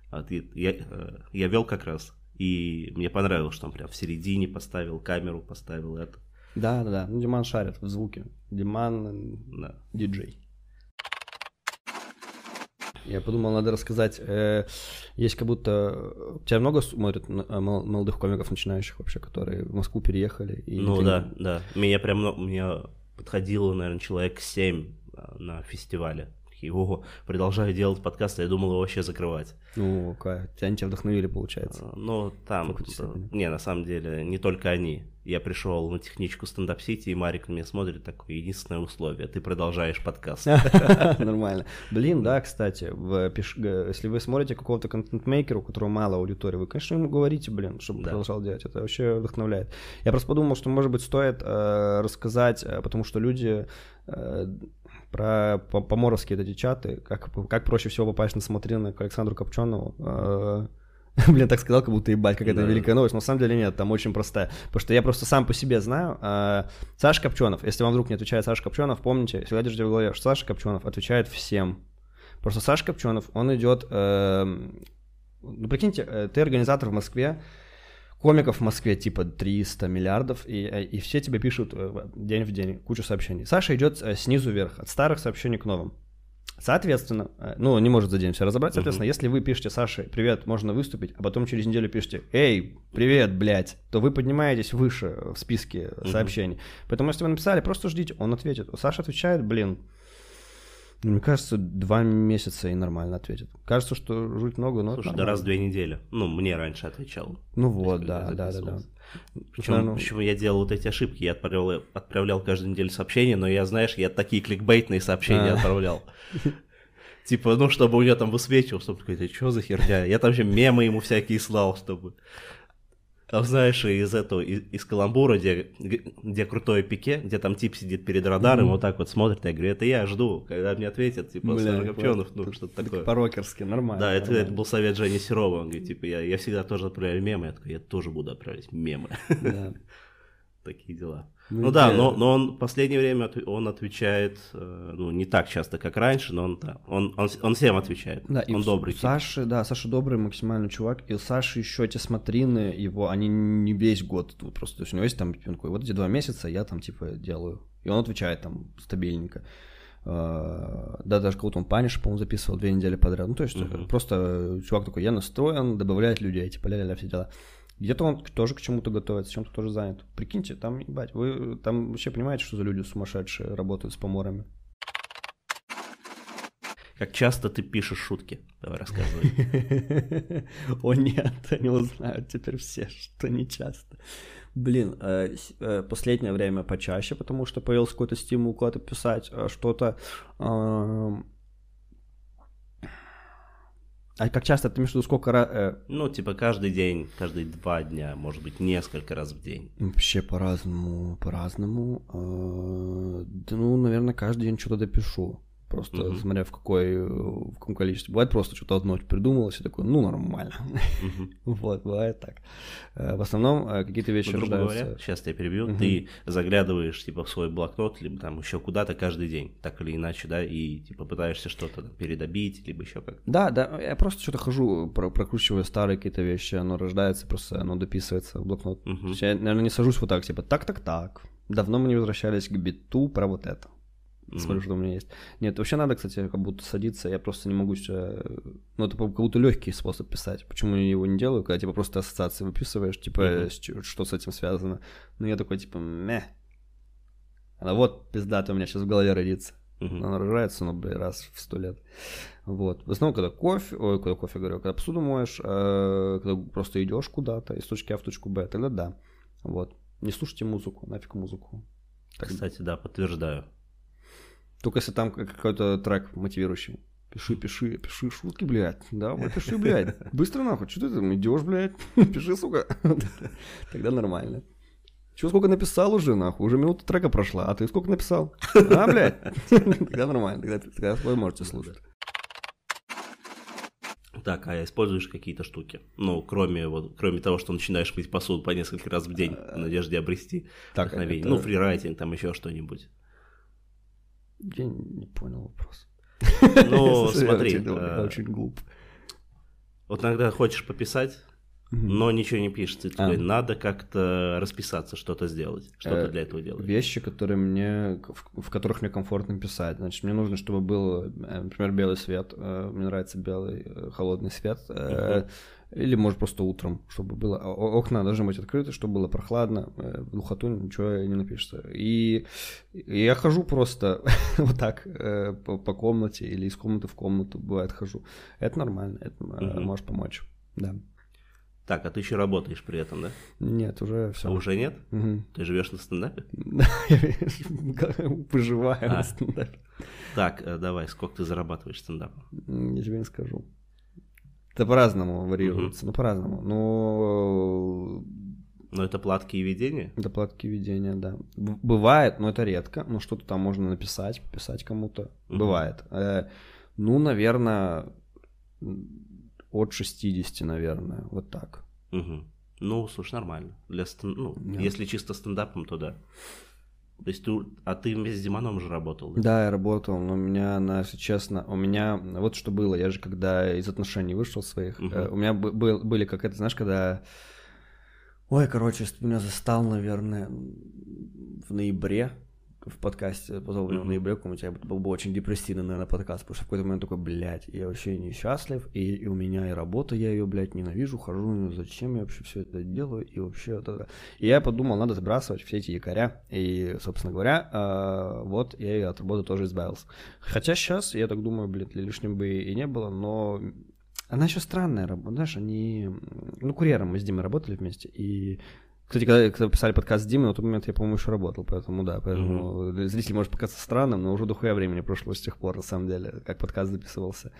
[SPEAKER 1] Я вел как раз, и мне понравилось, что он прям в середине поставил камеру, поставил это.
[SPEAKER 2] Да, ну Диман шарит в звуке. Диман диджей. Я подумал, надо рассказать. Есть как будто... Тебя много смотрят молодых комиков начинающих вообще, которые в Москву переехали?
[SPEAKER 1] Ну да. Меня подходило, наверное, человек 7 на фестивале. Ого, продолжаю делать подкасты, я думал его вообще закрывать.
[SPEAKER 2] Ну, они тебя вдохновили, получается.
[SPEAKER 1] Ну, там, не, на самом деле, не только они. Я пришел на техничку стендап-сити, и Марик на меня смотрит, такое единственное условие, ты продолжаешь подкаст.
[SPEAKER 2] Нормально. Блин, да, кстати, если вы смотрите какого-то контент-мейкера, у которого мало аудитории, вы, конечно, ему говорите, блин, чтобы продолжал делать, это вообще вдохновляет. Я просто подумал, что, может быть, стоит рассказать, потому что люди... про поморовские эти чаты, как проще всего попасть на смотрины к Александру Копченову. Блин, так сказал, как будто ебать, какая-то великая новость. Но на самом деле нет, там очень простая. Потому что я просто сам по себе знаю. Саша Копченов, если вам вдруг не отвечает Саша Копченов, помните, всегда держите в голове, что Саша Копченов отвечает всем. Просто Саша Копченов, он идет... Ну, прикиньте, ты организатор в Москве, комиков в Москве типа 300 миллиардов, и все тебе пишут день в день кучу сообщений. Саша идет снизу вверх, от старых сообщений к новым. Соответственно, ну, не может за день все разобрать, соответственно, если вы пишете Саше «Привет, можно выступить», а потом через неделю пишете «Эй, привет, блядь», то вы поднимаетесь выше в списке сообщений. Поэтому, если вы написали, просто ждите, он ответит. Саша отвечает, блин, мне кажется, 2 месяца и нормально ответит. Кажется, что жуть много, но...
[SPEAKER 1] Слушай, да раз в 2 недели. Ну, мне раньше отвечал.
[SPEAKER 2] Ну вот, да.
[SPEAKER 1] Почему я делал вот эти ошибки? Я отправлял каждую неделю сообщения, но я, знаешь, я такие кликбейтные сообщения отправлял. Типа, ну, чтобы у него там высвечивал, чтобы такой, что за херня? Я там вообще мемы ему всякие слал, чтобы... А знаешь, из каламбура, где крутое пике, где там тип сидит перед радаром, вот так вот смотрит, я говорю, это я жду, когда мне ответят, типа, Саша Копченов, ну, что-то такое.
[SPEAKER 2] По-рокерски, нормально.
[SPEAKER 1] Да, это был совет Жени Серова, он говорит, типа, я всегда тоже отправляю мемы, я такой, я тоже буду отправлять мемы. Такие дела. Ну да, но он в последнее время он отвечает, ну, не так часто, как раньше, но он всем отвечает.
[SPEAKER 2] Да,
[SPEAKER 1] он добрый.
[SPEAKER 2] Саша добрый максимально чувак, и у Саши еще эти смотрины его, они не весь год, просто, то есть у него есть там, он такой, вот эти 2 месяца я там, типа, делаю. И он отвечает там стабильненько. Да, даже кого-то он Паниш, по-моему, записывал 2 недели подряд. Ну, то есть просто чувак такой, я настроен, добавляет людей, типа, ля-ля-ля, все дела. Где-то он тоже к чему-то готовится, чем-то тоже занят. Прикиньте, там, ебать, вы там вообще понимаете, что за люди сумасшедшие работают с поморами?
[SPEAKER 1] Как часто ты пишешь шутки? Давай рассказывай.
[SPEAKER 2] О нет, они узнают теперь все, что не часто. Блин, последнее время почаще, потому что появился какой-то стимул куда-то писать что-то... А как часто? Ты имеешь в виду сколько раз?
[SPEAKER 1] Ну, типа каждый день, каждые 2 дня, может быть, несколько раз в день.
[SPEAKER 2] Вообще по-разному. Да, ну, наверное, каждый день что-то допишу. Просто смотря в каком количестве. Бывает просто что-то одно придумалось и такое, ну, нормально. Вот, бывает так. В основном какие-то вещи рождаются.
[SPEAKER 1] Говоря, сейчас я перебью, ты заглядываешь, типа, в свой блокнот, либо там еще куда-то каждый день, так или иначе, да, и, типа, пытаешься что-то передобить, либо еще как-то.
[SPEAKER 2] Да, я просто что-то хожу, прокручиваю старые какие-то вещи, оно рождается, просто оно дописывается в блокнот. Я, наверное, не сажусь вот так, типа, так. Давно мы не возвращались к биту про вот это. Смотрю, что у меня есть. Нет, вообще надо, кстати, как будто садиться. Я просто не могу сейчас... Ну, это как будто легкий способ писать. Почему я его не делаю? Когда, типа, просто ассоциации выписываешь, типа, что с этим связано. Ну, я такой, типа, А вот пиздата у меня сейчас в голове родится. Она рождается, ну, блин, раз в 100 лет. Вот. В основном, когда когда посуду моешь, когда просто идешь куда-то из точки А в точку Б, тогда да. Вот. Не слушайте музыку, нафиг музыку.
[SPEAKER 1] Кстати, да, подтверждаю.
[SPEAKER 2] Только если там какой-то трек мотивирующий. Пиши шутки, блядь. Да, пиши, блядь. Быстро нахуй, что ты там идешь, блядь? Пиши, сука. Тогда нормально. Чё, сколько написал уже, нахуй? Уже минута трека прошла, а ты сколько написал? А, блядь? Тогда нормально, тогда вы можете слушать.
[SPEAKER 1] Так, а используешь какие-то штуки? Ну, кроме того, что начинаешь мыть посуду по несколько раз в день в надежде обрести вдохновение. Ну, фрирайтинг, там еще что-нибудь.
[SPEAKER 2] Я не понял вопрос.
[SPEAKER 1] Ну, смотри.
[SPEAKER 2] Очень глуп.
[SPEAKER 1] Вот иногда хочешь пописать, но ничего не пишешь. Ты такой, надо как-то расписаться, что-то сделать. Что ты для этого делаешь?
[SPEAKER 2] Вещи, в которых мне комфортно писать. Значит, мне нужно, чтобы был, например, белый свет. Мне нравится белый холодный свет. Или, может, просто утром, чтобы было... Окна должны быть открыты, чтобы было прохладно. В духоту ничего не напишется. И я хожу просто вот так по комнате или из комнаты в комнату, бывает, хожу. Это нормально, это может помочь, да.
[SPEAKER 1] Так, а ты еще работаешь при этом, да?
[SPEAKER 2] Нет, уже все.
[SPEAKER 1] А уже нет? Ты живешь на стендапе?
[SPEAKER 2] Выживаю на стендапе.
[SPEAKER 1] Так, давай, сколько ты зарабатываешь стендапом?
[SPEAKER 2] Я тебе не скажу. Это по-разному варьируется, по-разному.
[SPEAKER 1] Но это платки и ведения?
[SPEAKER 2] Это платки и ведения, да. Бывает, но это редко. Ну, что-то там можно написать, писать кому-то. Бывает. Наверное, от 60, наверное, вот так.
[SPEAKER 1] Ну, слушай, нормально. Если чисто стендапом, то да. То есть ты вместе с Диманом уже работал? Да?
[SPEAKER 2] Да, я работал, но у меня, если честно, вот что было, я же когда из отношений вышел своих, у меня были как это, знаешь, когда... Ой, короче, если ты меня застал, наверное, в ноябре, в подкасте, позвал меня в ноябре, у тебя был бы очень депрессивный, наверное, подкаст, потому что в какой-то момент такой, блядь, я вообще несчастлив, и у меня и работа, я ее, блядь, ненавижу, хожу, зачем я вообще все это делаю, и вообще это... И я подумал, надо сбрасывать все эти якоря, и, собственно говоря, вот я и от работы тоже избавился. Хотя сейчас, я так думаю, блядь, лишним бы и не было, но... Она еще странная работа, знаешь, они... Ну, курьером мы с Димой работали вместе, и... Кстати, когда писали подкаст с Димой, на тот момент я, по-моему, еще работал, поэтому да, зритель может показаться странным, но уже дохуя времени прошло с тех пор, на самом деле, как подкаст записывался.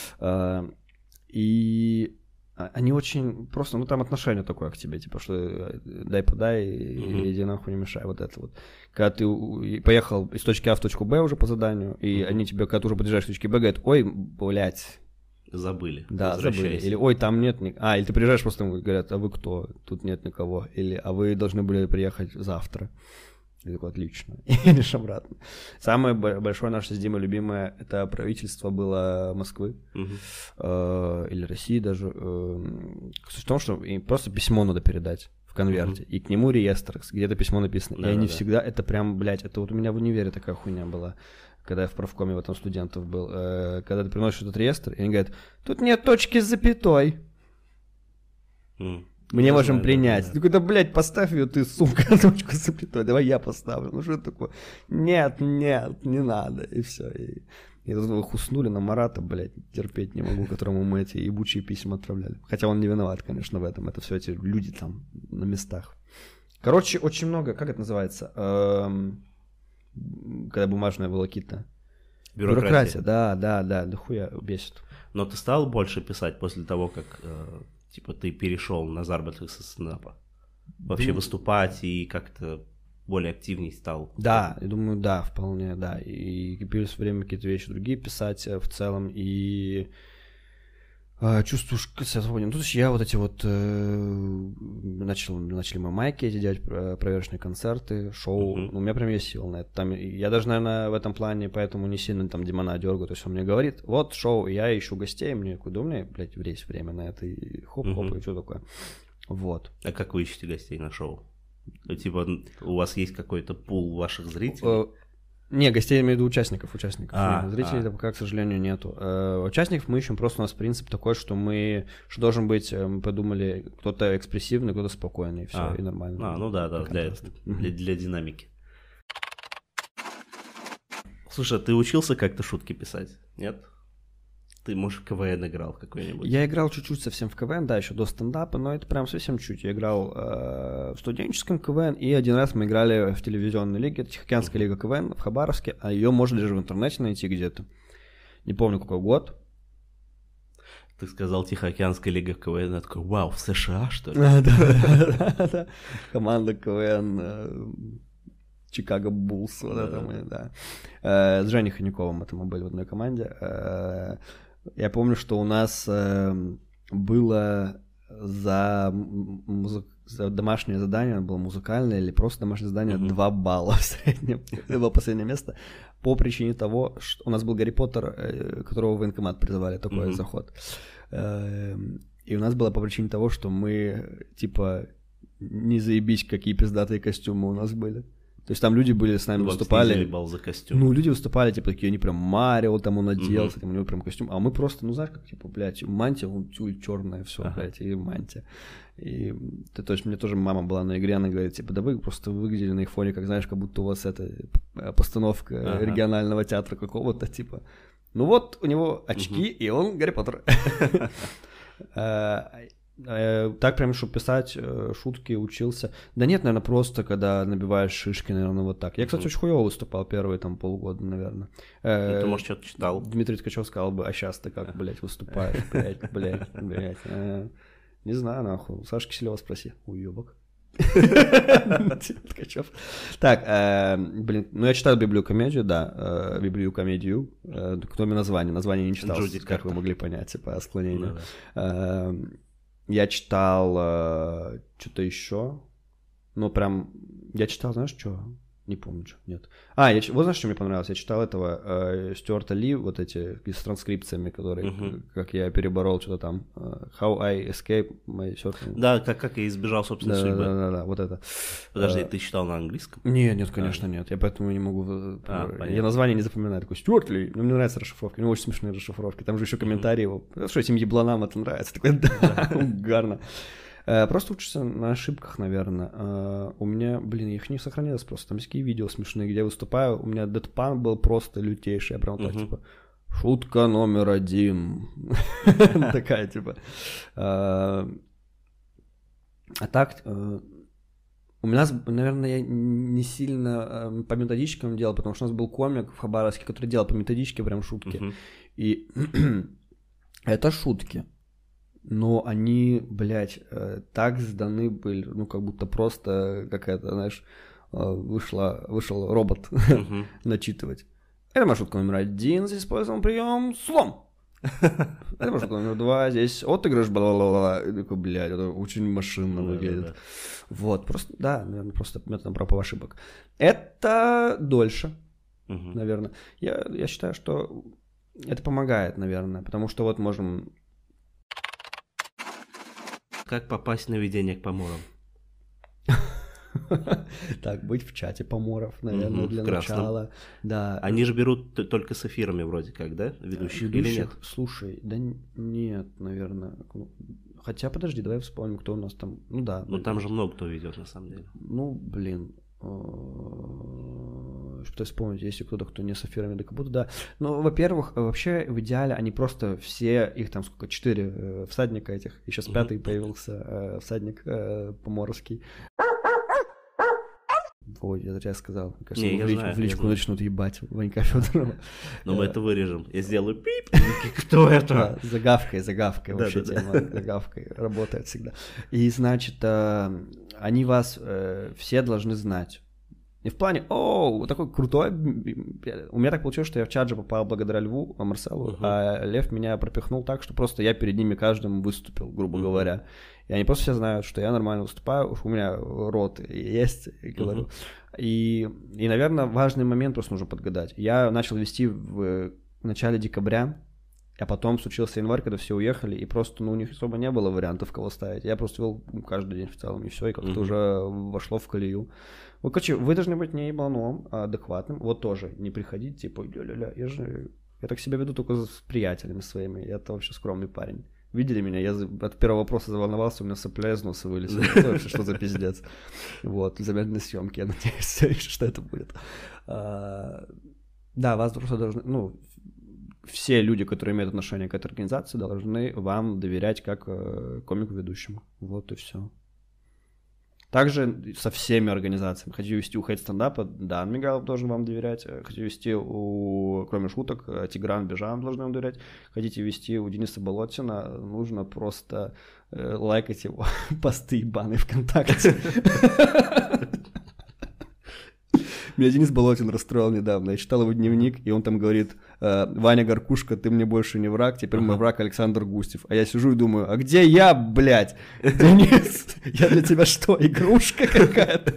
[SPEAKER 2] И они очень просто, там отношение такое к тебе, типа, что дай-подай, иди нахуй, не мешай, вот это вот. Когда ты поехал из точки А в точку Б уже по заданию, и они тебе, когда ты уже подъезжаешь к точке Б, говорят, ой, блядь,
[SPEAKER 1] забыли.
[SPEAKER 2] Да, забыли. Или ой, там нет никого. Или ты приезжаешь, просто говорят, а вы кто? Тут нет никого. Или а вы должны были приехать завтра. И такой, отлично. И едешь обратно. Самое большое наше с Димой любимое это правительство было Москвы. Или России даже. Суть в том, что им просто письмо надо передать в конверте. И к нему реестр, где это письмо написано. Да, и они всегда, это прям, блядь, это вот у меня в универе такая хуйня была. Когда я в правкоме в этом студентов был, когда ты приносишь этот реестр, и они говорят, тут нет точки с запятой. Мы не можем принять. Ты такой, блядь, поставь ее ты, сука, точку с запятой, давай я поставлю. Ну что это такое? Нет, не надо. И все. И тут вы уснули на Марата, блядь, терпеть не могу, которому мы эти ебучие письма отправляли. Хотя он не виноват, конечно, в этом. Это все эти люди там на местах. Короче, очень много, как это называется? Когда бумажная волокита. Бюрократия, да, дохуя бесит.
[SPEAKER 1] Но ты стал больше писать после того, как типа ты перешел на заработок со стендапа? Вообще выступать и как-то более активней стал?
[SPEAKER 2] Да, я думаю, да, вполне, да. И появилось время какие-то вещи другие писать в целом, и чувствую, что себя свободен. Тут я вот эти вот начали мы майки эти делать, проверочные концерты, шоу. У меня прям есть сил на это. Там, я даже, наверное, в этом плане поэтому не сильно там Димана дергаю. То есть он мне говорит, вот шоу, я ищу гостей, мне такой, да у меня, блядь, есть время на это, и хоп-хоп, и что такое. Вот.
[SPEAKER 1] А как вы ищете гостей на шоу? Типа у вас есть какой-то пул ваших зрителей?
[SPEAKER 2] Не, гостей я имею в виду участников. Зрителей пока, к сожалению, нету. Участников мы ищем, просто у нас принцип такой, что должен быть, мы подумали, кто-то экспрессивный, кто-то спокойный, и все, и нормально.
[SPEAKER 1] Ну да, для динамики. Слушай, а ты учился как-то шутки писать, нет? Ты, может, в КВН играл какой-нибудь?
[SPEAKER 2] Я играл чуть-чуть совсем в КВН, да, еще до стендапа, но это прям совсем чуть. Я играл в студенческом КВН, и один раз мы играли в телевизионной лиге, это Тихоокеанская лига КВН в Хабаровске, а ее можно даже в интернете найти где-то. Не помню, какой год.
[SPEAKER 1] Ты сказал Тихоокеанская лига КВН, я такой, вау, в США, что ли?
[SPEAKER 2] Да. Команда КВН Чикаго Буллс, вот это мы, да. С Женей Хомяковым это мы были в одной команде. Я помню, что у нас было за домашнее задание, было музыкальное или просто домашнее задание, 2 балла в среднем. Это было последнее место. По причине того, что у нас был Гарри Поттер, которого в военкомат призывали, такой заход. И у нас было по причине того, что мы, типа, не заебись, какие пиздатые костюмы у нас были. То есть там люди были с нами, выступали.
[SPEAKER 1] Бал за костюм.
[SPEAKER 2] Ну, люди выступали, типа, такие, они прям Марио там он одел, у него прям костюм. А мы просто, ну, знаешь, как, типа, блядь, мантия, вон, черная, все, блядь, и мантия. И, то есть, мне тоже мама была на игре, она говорит, типа, да вы просто выглядели на их фоне, как, знаешь, как будто у вас это постановка регионального театра какого-то, типа. Ну вот, у него очки, и он Гарри Поттер. Так прям, чтобы писать шутки, учился. Да нет, наверное, просто когда набиваешь шишки, наверное, вот так. Я, кстати, очень хуёво выступал первые там полгода, наверное.
[SPEAKER 1] Ты, может, что-то читал?
[SPEAKER 2] Дмитрий Ткачев сказал бы, а сейчас ты как, блядь, выступаешь, блядь. Не знаю, нахуй. Саши Киселева спроси. Уёбок. Ткачев. Так, блин, ну я читал библию-комедию, да, библию-комедию, кроме названия. Название не читал, как вы могли понять, по склонению. Я читал что-то еще. Ну, прям, я читал, знаешь, что? Не помню, что, нет. Вот знаешь, что мне понравилось? Я читал этого Стюарта Ли, вот эти с транскрипциями, которые, как я переборол что-то там. How I Escape My Certain...
[SPEAKER 1] Да, как я избежал собственной судьбы.
[SPEAKER 2] Да, вот это.
[SPEAKER 1] Подожди, ты читал на английском?
[SPEAKER 2] Нет, конечно, нет. Я поэтому не могу... Я название не запоминаю. Такой, Стюарт Ли. Ну, мне нравятся расшифровки. У него очень смешные расшифровки. Там же еще комментарии его. Что, этим ебланам это нравится? Такой, да, угарно. Просто учишься на ошибках, наверное. У меня, блин, их не сохранилось просто. Там есть такие видео смешные, где я выступаю. У меня дэдпан был просто лютейший. Я прям так, типа, шутка номер 1. Такая, типа. А так, у нас, наверное, я не сильно по методичкам делал, потому что у нас был комик в Хабаровске, который делал по методичке прям шутки. И это шутки. Но они, блядь, так сданы были, ну, как будто просто какая-то, знаешь, вышел робот начитывать. Это маршрутка номер 1, здесь использован прием слом. Это маршрутка номер 2, здесь отыгрыш, бла-бла-бла. И такой, блядь, это очень машинно выглядит. Вот, просто, да, наверное, просто методом проб и ошибок. Это дольше, наверное. Я считаю, что это помогает, наверное, потому что вот можем...
[SPEAKER 1] Как попасть на ведение к поморам?
[SPEAKER 2] Так, быть в чате поморов, наверное, для начала. Да.
[SPEAKER 1] Они же берут только с эфирами вроде как, да? Ведущих или нет?
[SPEAKER 2] Слушай, да нет, наверное. Хотя, подожди, давай вспомним, кто у нас там. Ну да.
[SPEAKER 1] Ну там же много кто ведет, на самом деле.
[SPEAKER 2] Ну, блин. Что вспомнить, если кто-то, кто не с эфирами, да как будто, да. Ну, во-первых, вообще, в идеале, они просто все, их там сколько, 4 всадника этих, и сейчас 5-й появился всадник поморовский. Ой, я зря сказал. Мне кажется, в личку начнут ебать Ванька Федорова.
[SPEAKER 1] Но мы это вырежем. Я сделаю пип. Кто это?
[SPEAKER 2] Загавкой. Вообще тема загавкой работает всегда. И, значит, они вас все должны знать. И в плане, такой крутой. У меня так получилось, что я в чат же попал благодаря Льву, Марселу, а Лев меня пропихнул так, что просто я перед ними каждым выступил, грубо говоря. И они просто все знают, что я нормально выступаю, у меня рот есть, и говорю. И, наверное, важный момент просто нужно подгадать. Я начал вести в начале декабря, а потом случился январь, когда все уехали, и просто, у них особо не было вариантов, кого ставить. Я просто вел каждый день в целом, и все, и как-то уже вошло в колею. Вот, короче, вы должны быть не ебаном, а адекватным. Вот тоже, не приходить, типа, ля-ля-ля, я так себя веду только с приятелями своими, я-то вообще скромный парень. Видели меня? Я от первого вопроса заволновался, у меня сопля из носа вылезла. Это вообще что за пиздец? Вот, замедленной съемки, я надеюсь, что это будет. Да, вас просто должны, все люди, которые имеют отношение к этой организации, должны вам доверять как комику-ведущему. Вот и все. Также со всеми организациями. Хотите вести у хейт-стендапа, да, Мигалов должен вам доверять. Хотите вести кроме шуток, Тигран Бежан должен вам доверять. Хотите вести у Дениса Болотина, нужно просто лайкать его посты ебаные ВКонтакте. Меня Денис Болотин расстроил недавно. Я читал его дневник, и он там говорит: Ваня Горкушка, ты мне больше не враг, теперь мой враг Александр Густев. А я сижу и думаю, а где я, блядь? Денис, я для тебя что, игрушка какая-то?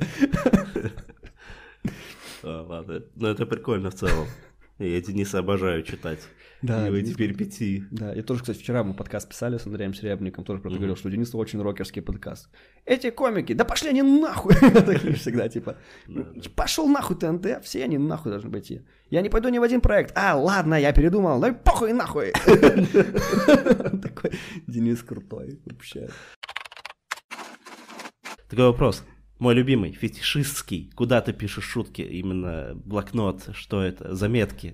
[SPEAKER 1] Ладно, но это прикольно в целом. Я Дениса обожаю читать.
[SPEAKER 2] Да,
[SPEAKER 1] его эти перипетии.
[SPEAKER 2] Да, я тоже, кстати, вчера мы подкаст писали с Андреем Серебренником, тоже про это говорил, что у Дениса очень рокерский подкаст. Эти комики, да пошли они нахуй! Такие всегда, типа, пошел нахуй ТНТ, все они нахуй должны пойти. Я не пойду ни в один проект. А, ладно, я передумал, да похуй нахуй! Такой Денис крутой вообще.
[SPEAKER 1] Такой вопрос. Мой любимый, фетишистский. Куда ты пишешь шутки? Именно блокнот, что это? Заметки.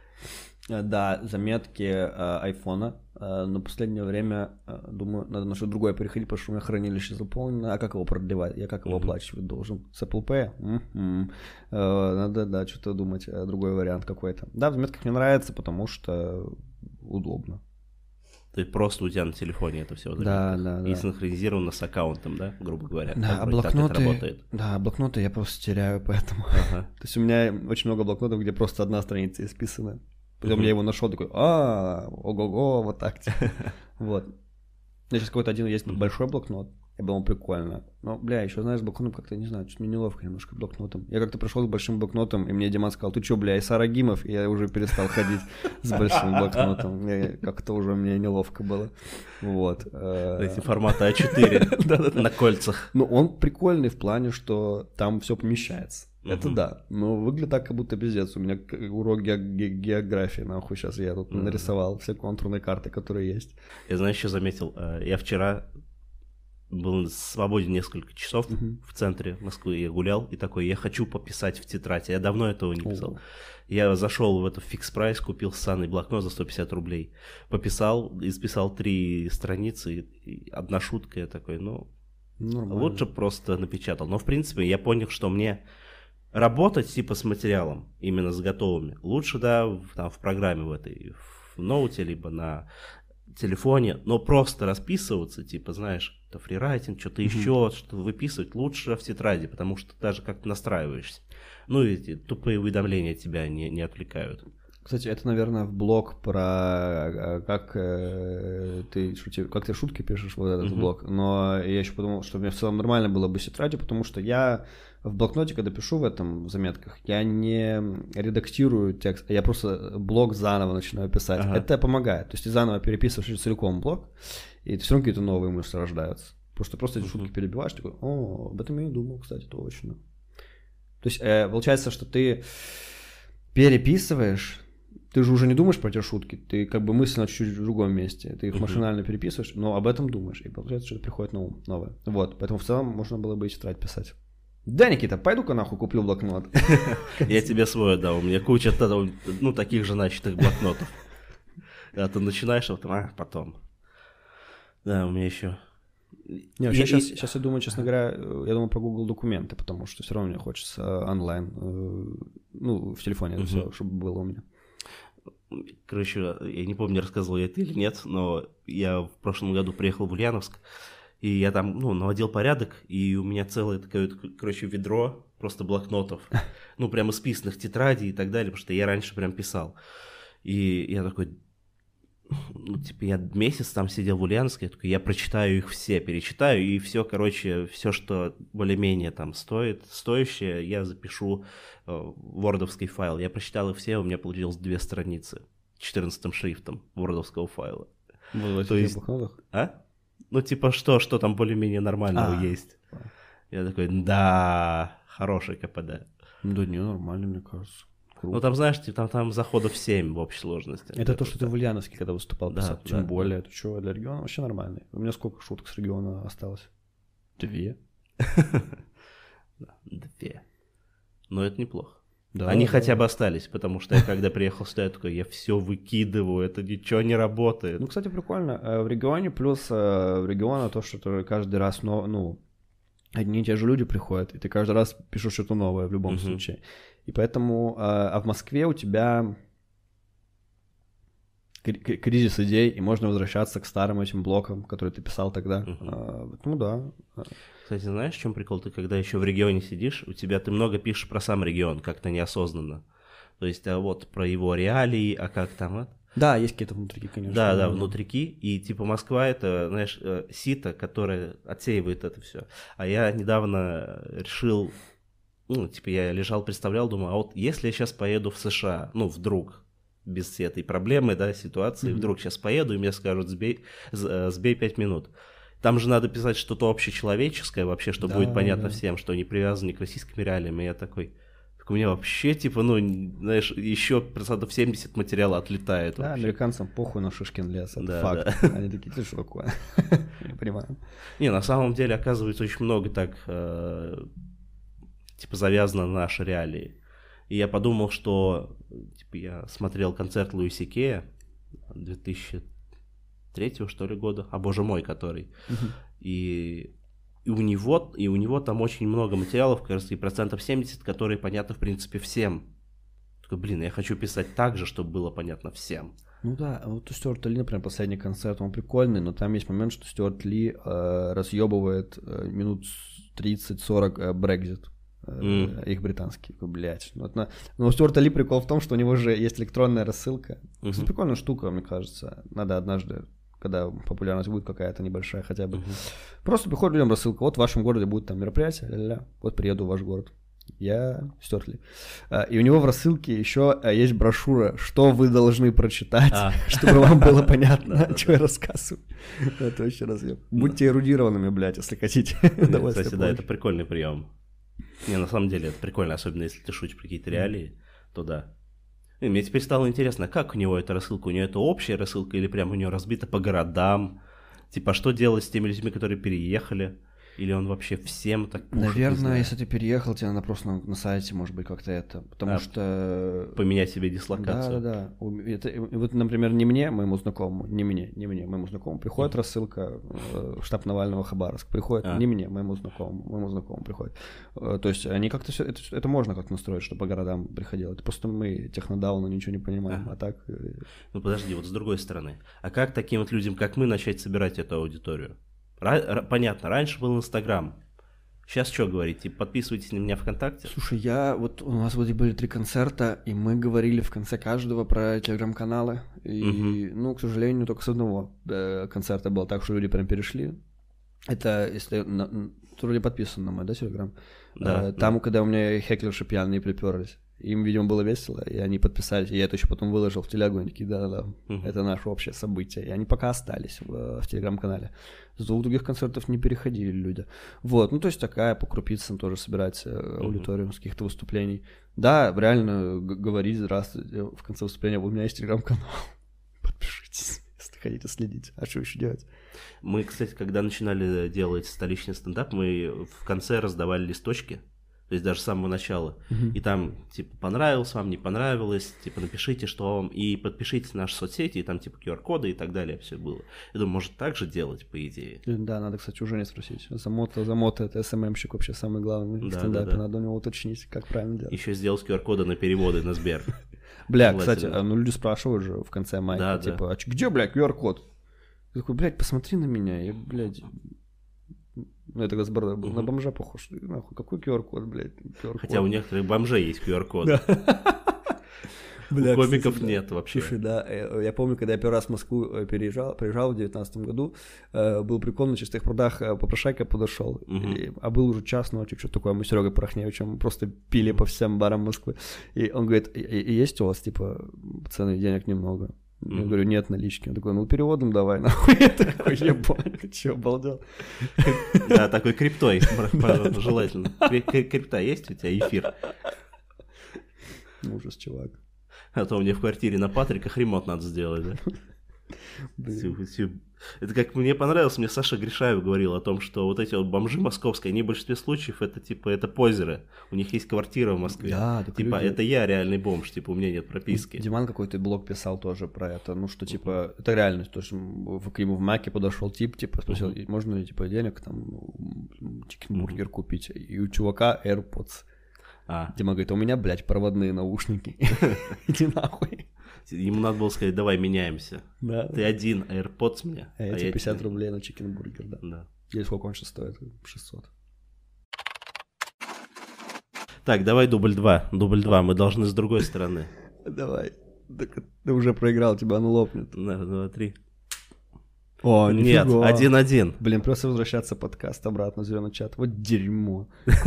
[SPEAKER 2] Да, заметки айфона. Но в последнее время, думаю, надо на что-то другое переходить, потому что у меня хранилище заполнено. А как его продлевать? Я как его оплачивать должен? С Apple Pay? Надо, да, что-то думать, другой вариант какой-то. Да, в заметках мне нравится, потому что удобно.
[SPEAKER 1] То есть просто у тебя на телефоне это все.
[SPEAKER 2] Да.
[SPEAKER 1] И синхронизировано с аккаунтом, да, грубо говоря.
[SPEAKER 2] Да, блокноты я просто теряю, поэтому. То есть у меня очень много блокнотов, где просто одна страница исписана. Потом я его нашел, такой, ого-го, вот так. Вот. У меня сейчас какой-то один есть большой блокнот. Я думал, прикольно. Но, бля, еще, знаешь, с блокнотом как-то, не знаю, чуть мне неловко немножко блокнотом. Я как-то пришел с большим блокнотом, и мне Диман сказал: ты что, бля, Исар Агимов? И я уже перестал ходить с большим блокнотом. Как-то уже мне неловко было. Вот.
[SPEAKER 1] Эти форматы А4 на кольцах.
[SPEAKER 2] Ну, он прикольный в плане, что там все помещается. Это да. Но выглядит так, как будто пиздец. У меня урок географии, нахуй, сейчас я тут нарисовал все контурные карты, которые есть.
[SPEAKER 1] Я, знаешь, еще заметил, я вчера был на свободе несколько часов в центре Москвы, я гулял, и такой, я хочу пописать в тетрадь. Я давно этого не писал. Я зашел в эту фикс прайс, купил ссаный блокнот за 150 рублей. Пописал, исписал 3 страницы, и одна шутка, я такой, нормально. Лучше просто напечатал. Но, в принципе, я понял, что мне работать типа с материалом, именно с готовыми, лучше, да, в программе в этой, в ноуте, либо на телефоне, но просто расписываться, типа, знаешь, это фрирайтинг, что-то еще, что выписывать лучше в тетради, потому что даже как-то настраиваешься. Ну и эти тупые уведомления тебя не отвлекают.
[SPEAKER 2] Кстати, это, наверное, в блог про как ты шутки пишешь, вот этот блог. Но я еще подумал, что мне в целом нормально было бы с тетрадью, потому что я в блокноте, когда пишу в заметках, я не редактирую текст, я просто блог заново начинаю писать. Это помогает. То есть ты заново переписываешь целиком блог, и все равно какие-то новые мысли рождаются. Потому что просто эти шутки перебиваешь, такой, об этом я не думал, кстати, точно. То есть получается, что ты переписываешь, ты же уже не думаешь про эти шутки, ты как бы мысленно чуть-чуть в другом месте, ты их машинально переписываешь, но об этом думаешь, и получается, что приходит на ум новое. Вот, поэтому в целом можно было бы и тетрадь писать. Да, Никита, пойду-ка нахуй куплю блокнот.
[SPEAKER 1] Я тебе свой отдал, у меня куча таких же начатых блокнотов. А ты начинаешь, потом. Да, у меня еще...
[SPEAKER 2] Сейчас я думаю, честно говоря, я думаю про Google документы, потому что все равно мне хочется онлайн, в телефоне это все, чтобы было у меня.
[SPEAKER 1] Короче, я не помню, рассказывал я это или нет, но я в прошлом году приехал в Ульяновск, и я там, наводил порядок, и у меня целое такое, короче, ведро просто блокнотов, прям исписанных тетрадей и так далее, потому что я раньше прям писал. И я такой, я месяц там сидел в Ульяновске, я прочитаю их все, перечитаю, и все, короче, все, что более-менее там стоящее, я запишу в вордовский файл. Я прочитал их все, у меня получилось 2 страницы 14 шрифтом вордовского файла.
[SPEAKER 2] В этих блокнотах?
[SPEAKER 1] Что там более-менее нормального есть. Я такой, да, хороший КПД.
[SPEAKER 2] Да не, нормально, мне кажется.
[SPEAKER 1] Круто. Там, знаешь, там заходов 7 в общей сложности.
[SPEAKER 2] Это то, что ты в Ульяновске, когда выступал, писал.
[SPEAKER 1] Да,
[SPEAKER 2] Тем более, это что, для региона вообще нормальный. У меня сколько шуток с региона осталось? 2.
[SPEAKER 1] 2. Но это неплохо.
[SPEAKER 2] Да,
[SPEAKER 1] Они
[SPEAKER 2] да.
[SPEAKER 1] хотя бы остались, потому что я когда приехал сюда, я такой, я все выкидываю, это ничего не работает.
[SPEAKER 2] Ну, кстати, прикольно. В регионе плюс в региона то, что ты каждый раз, одни и те же люди приходят, и ты каждый раз пишешь что-то новое в любом случае. И поэтому, в Москве у тебя кризис идей, и можно возвращаться к старым этим блокам, которые ты писал тогда. Ну да.
[SPEAKER 1] Кстати, знаешь, в чем прикол? Ты когда еще в регионе сидишь, ты много пишешь про сам регион, как-то неосознанно. То есть, вот про его реалии, а как там...
[SPEAKER 2] Да, есть какие-то внутрики, конечно.
[SPEAKER 1] Да, внутрики. И типа Москва это, знаешь, сито, которое отсеивает это все. А я недавно решил, я лежал, представлял, думаю, а вот если я сейчас поеду в США, вдруг, без этой проблемы, да, ситуации, вдруг сейчас поеду, и мне скажут, сбей 5 минут. Там же надо писать что-то общечеловеческое вообще, что будет понятно всем, что не привязано к российским реалиям. И я такой, у меня вообще, знаешь, еще 70% материала отлетает.
[SPEAKER 2] Да,
[SPEAKER 1] вообще.
[SPEAKER 2] американцам похуй на Шишкин лес, это факт. Они такие, ты что такое? Не понимаю.
[SPEAKER 1] Не, на самом деле, оказывается, очень много так, завязано на наши реалии. И я подумал, что, я смотрел концерт Луиси Кея 2003 что ли года, боже мой, который. И у него там очень много материалов, кажется, и 70%, которые понятны, в принципе, всем. Такой, я хочу писать так же, чтобы было понятно всем.
[SPEAKER 2] Ну да, вот у Стюарта Ли, например, последний концерт, он прикольный, но там есть момент, что Стюарт Ли разъебывает минут 30-40 Брексит. Их британский, блядь. Но у Стюарта Ли прикол в том, что у него же есть электронная рассылка. Это прикольная штука, мне кажется. Надо однажды, когда популярность будет какая-то небольшая хотя бы. Просто приходит людям рассылка. Вот в вашем городе будет там мероприятие, ля-ля. Вот приеду в ваш город. Я Стюарт Ли. И у него в рассылке еще есть брошюра, что вы должны прочитать, чтобы вам было понятно, что я рассказываю. Это вообще разъем. Будьте эрудированными, блядь, если хотите.
[SPEAKER 1] Кстати, да, это прикольный прием. Не, на самом деле это прикольно, особенно если ты шутишь про какие-то реалии, то да. И мне теперь стало интересно, как у него эта рассылка? У него это общая рассылка или прям у него разбита по городам? Что делать с теми людьми, которые переехали? Или он вообще всем так пушит?
[SPEAKER 2] Наверное, если ты переехал, тебе надо просто на сайте, может быть, как-то это. Потому что...
[SPEAKER 1] Поменять себе дислокацию.
[SPEAKER 2] Да. Вот, например, моему знакомому приходит рассылка штаб Навального Хабаровск. Приходит моему знакомому приходит. То есть они как-то все... Это можно как-то настроить, чтобы по городам приходило. Это просто мы технодауны ничего не понимаем, а так...
[SPEAKER 1] Подожди, вот с другой стороны. А как таким вот людям, как мы, начать собирать эту аудиторию? Понятно, раньше был Инстаграм. Сейчас что говорить? Подписывайтесь на меня ВКонтакте?
[SPEAKER 2] Слушай, у нас были 3 концерта, и мы говорили в конце каждого про телеграм-каналы. И, к сожалению, только с одного концерта было так, что люди прям перешли. Это если... Ты вроде подписан на мой, да, телеграм?
[SPEAKER 1] Да.
[SPEAKER 2] Там, когда у меня хеклерши пьяные приперлись. Им, видимо, было весело, и они подписались. И я это еще потом выложил в телегу, и они такие, да, это наше общее событие. И они пока остались в телеграм-канале. С 2 других концертов не переходили люди. Вот, то есть такая по крупицам тоже собирать аудиторию с каких-то выступлений. Да, реально говорить, здравствуйте, в конце выступления, у меня есть телеграм-канал. Подпишитесь, если хотите следить. А что еще делать?
[SPEAKER 1] Мы, кстати, когда начинали делать столичный стендап, мы в конце раздавали листочки. То есть даже с самого начала. И там, понравилось вам, не понравилось, напишите, что вам, и подпишитесь на наши соцсети, и там, QR-коды и так далее, все было. Я думаю, может так же делать, по идее.
[SPEAKER 2] Да, надо, кстати, уже не спросить. Замота, это СММщик вообще самый главный в стендапе. Надо у него уточнить, как правильно делать.
[SPEAKER 1] Еще сделать QR-коды на переводы на Сбер.
[SPEAKER 2] Бля, кстати, люди спрашивают же в конце майка, а где, бля, QR-код? Я такой, блядь, посмотри на меня, я, блядь... Я тогда с бородой был, на бомжа похож. Нахуй, какой QR-код, блядь? QR-код.
[SPEAKER 1] Хотя у некоторых бомжей есть QR-код. У комиков нет вообще.
[SPEAKER 2] Слушай, да, я помню, когда я первый раз в Москву приезжал в 2019 году, был прикол, на Чистых прудах попрошайка подошел, а был уже час ночи, что такое, мы с Серегой Порохневичем просто пили по всем барам Москвы. И он говорит, есть у вас, пацаны, денег немного? Я говорю, нет налички. Он такой, переводом давай, нахуй. Я такой, ебать, ты чё, обалдел?
[SPEAKER 1] Да, такой криптой, желательно. Крипта есть у тебя, эфир?
[SPEAKER 2] Ужас, чувак.
[SPEAKER 1] А то мне в квартире на Патриках ремонт надо сделать, да? Это как мне понравилось, мне Саша Гришаев говорил о том, что вот эти вот бомжи московские, они в большинстве случаев это типа это позеры. У них есть квартира в Москве.
[SPEAKER 2] Да,
[SPEAKER 1] типа люди... это я реальный бомж, типа у меня нет прописки.
[SPEAKER 2] Диман какой-то блог писал тоже про это, ну что типа это реальность, то что к нему в Маке подошел тип, типа спросил, можно ли типа денег там чикенбургер купить, и у чувака AirPods. Дима говорит, у меня, блядь, проводные наушники. Иди нахуй.
[SPEAKER 1] Ему надо было сказать, давай меняемся.
[SPEAKER 2] Да.
[SPEAKER 1] Ты один AirPods мне.
[SPEAKER 2] А я тебе 50 рублей на чикенбургер, да. Или сколько он сейчас стоит? 600.
[SPEAKER 1] Так, давай дубль 2. Дубль 2, мы должны с другой стороны.
[SPEAKER 2] Давай. Ты уже проиграл, тебя оно лопнет.
[SPEAKER 1] Да, 2, 3.
[SPEAKER 2] О,
[SPEAKER 1] нет, 1-1.
[SPEAKER 2] Блин, просто возвращаться подкаст обратно, зеленый чат. Вот дерьмо.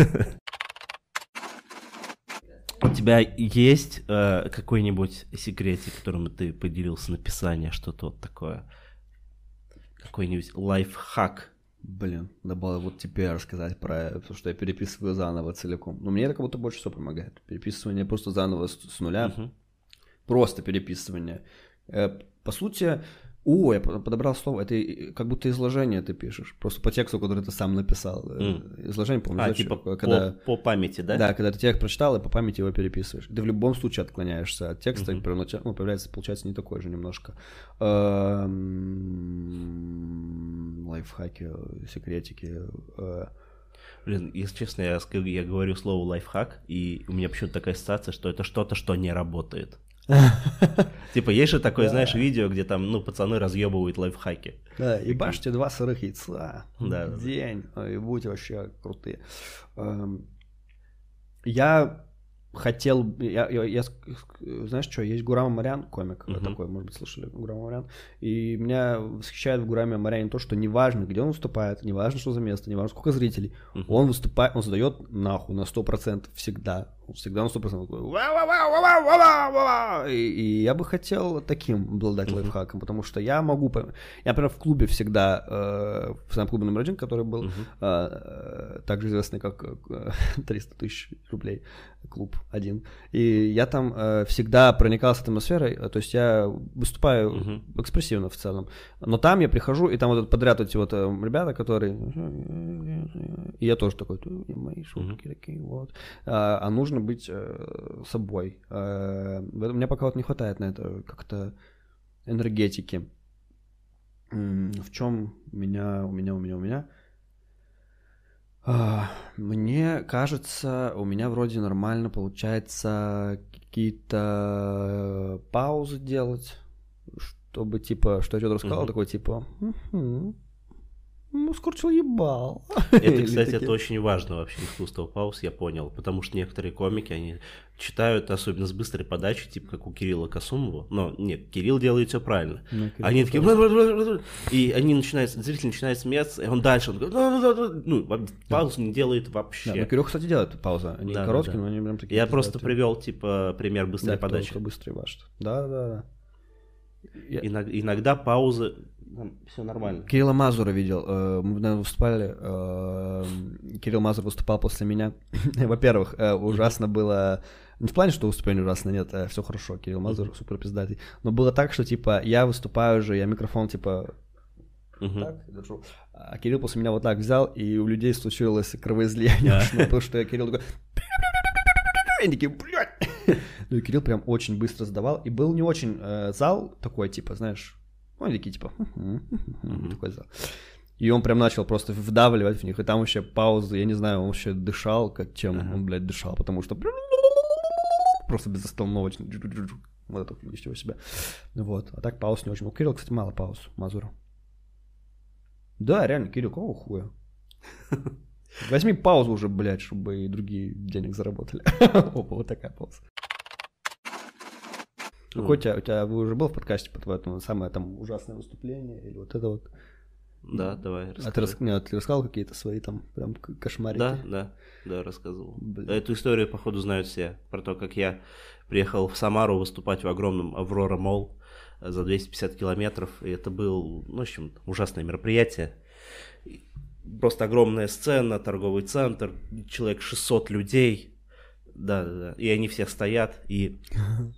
[SPEAKER 1] У тебя есть какой-нибудь секретик, которым ты поделился написание, что-то вот такое? Какой-нибудь лайфхак?
[SPEAKER 2] Блин, надо было вот теперь рассказать про то, что я переписываю заново целиком. Но мне это как будто больше всего помогает. Переписывание просто заново с нуля. Просто переписывание. По сути... я подобрал слово. Это как будто изложение ты пишешь. Просто по тексту, который ты сам написал. Изложение, помню.
[SPEAKER 1] Типа когда... по памяти, да?
[SPEAKER 2] Да, когда ты текст прочитал, и по памяти его переписываешь. Ты в любом случае отклоняешься от текста, и появляется, получается, не такой же немножко. Лайфхаки, секретики.
[SPEAKER 1] Блин, если честно, я говорю слово лайфхак, и у меня почему-то такая ассоциация, что это что-то, что не работает. Типа, есть же такое, знаешь, видео, где там, пацаны разъебывают лайфхаки.
[SPEAKER 2] Да, ебашьте 2 сырых яйца в день, и будете вообще крутые. Я хотел, знаешь что, есть Гурам Амарян, комик такой, может быть, слышали, Гурам Амарян, и меня восхищает в Гураме Амаряне то, что неважно, где он выступает, неважно, что за место, неважно, сколько зрителей, он выступает, он задает нахуй на 100% всегда на 100% такой, и я бы хотел таким обладать лайфхаком, потому что я могу, я, например, в клубе всегда, в самом клубе номер 1, который был, также известный как 300 тысяч рублей, клуб 1, и я там всегда проникался атмосферой, то есть я выступаю экспрессивно в целом, но там я прихожу, и там вот подряд эти вот ребята, которые, и я тоже такой, мои шутки такие, вот, а нужно быть собой. Мне пока вот не хватает на это как-то энергетики. В чем у меня? Мне кажется, у меня вроде нормально получается какие-то паузы делать, чтобы типа, что я что-то рассказал, такой типа... скорчил ебал.
[SPEAKER 1] Это, кстати, это очень важно вообще, искусство пауз, я понял. Потому что некоторые комики, они читают, особенно с быстрой подачей, типа как у Кирилла Косумова. Но нет, Кирилл делает все правильно. Они такие... И они начинают, зритель начинает смеяться, и он дальше, он такой... паузу не делает вообще.
[SPEAKER 2] Да, Кирилл, кстати, делает паузу. Они короткие, но они прям такие...
[SPEAKER 1] Я просто привел, типа, пример быстрой подачи.
[SPEAKER 2] Да, быстрый ваш. Да.
[SPEAKER 1] Иногда паузы... Все нормально.
[SPEAKER 2] Кирилла Мазура видел. Мы, наверное, выступали. Кирилл Мазур выступал после меня. Во-первых, ужасно было... Не в плане, что выступление ужасно, нет, все хорошо. Кирилл Мазур супер пиздатый. Но было так, что, типа, я выступаю же, я микрофон, типа, так держу. А Кирилл после меня вот так взял, и у людей случилось кровоизлияние. Потому что Кирилл такой... Они такие, блядь! Ну и Кирилл прям очень быстро задавал. И был не очень зал такой, типа, знаешь... Они такие, типа, такой зал. И он прям начал просто вдавливать в них, и там вообще паузы, я не знаю, он вообще дышал, как чем он, блядь, дышал, потому что просто безостановочно, вот это ничего себе. Вот, а так пауз не очень. У Кирилла, кстати, мало пауз, Мазура. Да, реально, Кирилл, какого хуя? Возьми паузу уже, блядь, чтобы и другие денег заработали. Опа, вот такая пауза. Какой у тебя, вы уже был в подкасте по этому самое там ужасное выступление или вот это вот?
[SPEAKER 1] Да, давай,
[SPEAKER 2] расскажи. Ты рассказал какие-то свои там прям кошмарики?
[SPEAKER 1] Да, рассказывал. Эту историю, походу, знают все. Про то, как я приехал в Самару выступать в огромном Аврора Молл за 250 километров, и это был, в общем, ужасное мероприятие. Просто огромная сцена, торговый центр, человек 600 людей, да, и они все стоят, и...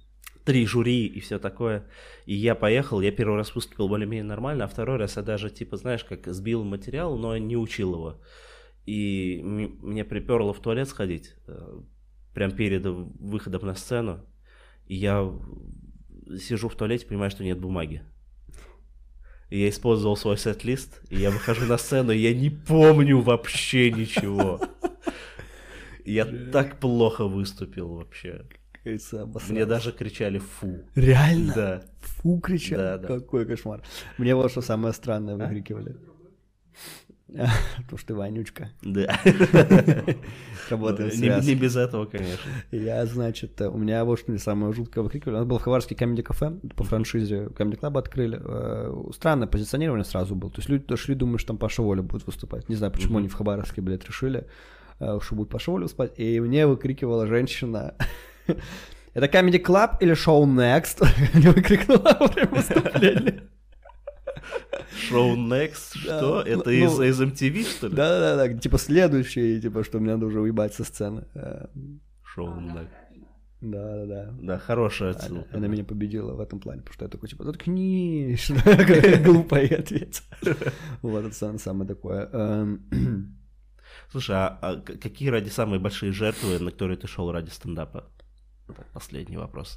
[SPEAKER 1] 3 жюри и все такое. И я поехал, я первый раз выступил более-менее нормально, а второй раз я даже, типа, знаешь, как сбил материал, но не учил его. И мне приперло в туалет сходить, прям перед выходом на сцену. И я сижу в туалете, понимаю, что нет бумаги. И я использовал свой сет-лист, и я выхожу на сцену, и я не помню вообще ничего. Я так плохо выступил вообще. Мне даже кричали «фу».
[SPEAKER 2] Реально?
[SPEAKER 1] Да.
[SPEAKER 2] Фу кричали?
[SPEAKER 1] Да, да.
[SPEAKER 2] Какой кошмар. Мне вот что самое странное выкрикивали. Потому что ты вонючка.
[SPEAKER 1] Да.
[SPEAKER 2] Работаем в связке.
[SPEAKER 1] Не без этого, конечно.
[SPEAKER 2] Я, значит, у меня вот что мне самое жуткое выкрикивали. У нас был Хабаровский Comedy Cafe, по франшизе Comedy Club открыли. Странное позиционирование сразу было. То есть люди шли, думают, что там Паша Воля будет выступать. Не знаю, почему они в Хабаровске, блядь, решили, что будет Паша Воля выступать. И мне выкрикивала женщина... Это Comedy Club или шоу Next? Мне выкрикнула во время выступления.
[SPEAKER 1] Шоу Next? Что? Это из MTV, что ли?
[SPEAKER 2] Да, типа следующий, типа, что мне надо уже уебать со сцены.
[SPEAKER 1] Шоу Next.
[SPEAKER 2] Да.
[SPEAKER 1] Да, хорошая отсылка.
[SPEAKER 2] Она меня победила в этом плане, потому что я такой, типа, заткнись, глупый ответ. Вот это самое такое.
[SPEAKER 1] Слушай, а какие ради самые большие жертвы, на которые ты шел ради стендапа? Последний вопрос.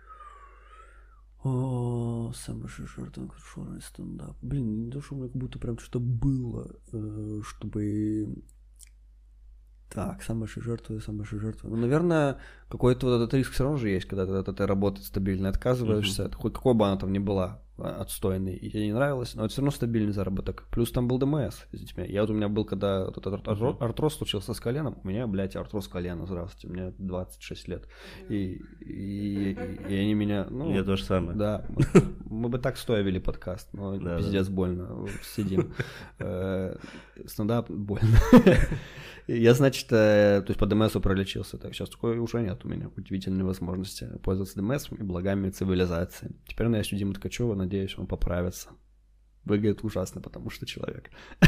[SPEAKER 2] Самая большая жертва, шел ради стендапа. Блин, не то, что у меня как будто прям что-то было, чтобы... Так, самая большая жертва. Ну, наверное, какой-то вот этот риск все равно же есть, когда ты от этой работы стабильно отказываешься, хоть какой бы она там ни была отстойной, и тебе не нравилось, но это все равно стабильный заработок. Плюс там был ДМС, извините меня. У меня был, когда вот этот артроз случился с коленом, у меня, блядь, артроз колена, здравствуйте, мне 26 лет. И они меня... Ну,
[SPEAKER 1] мне то же самое.
[SPEAKER 2] Да, мы бы так стоя вели подкаст, но пиздец больно, сидим. Стендап больно. Я, значит, то есть по ДМСу пролечился. Так, сейчас такой уже нет у меня удивительной возможности пользоваться ДМСом и благами цивилизации. Теперь я ищу Диму Ткачева, надеюсь, он поправится. Выглядит ужасно, потому что человек.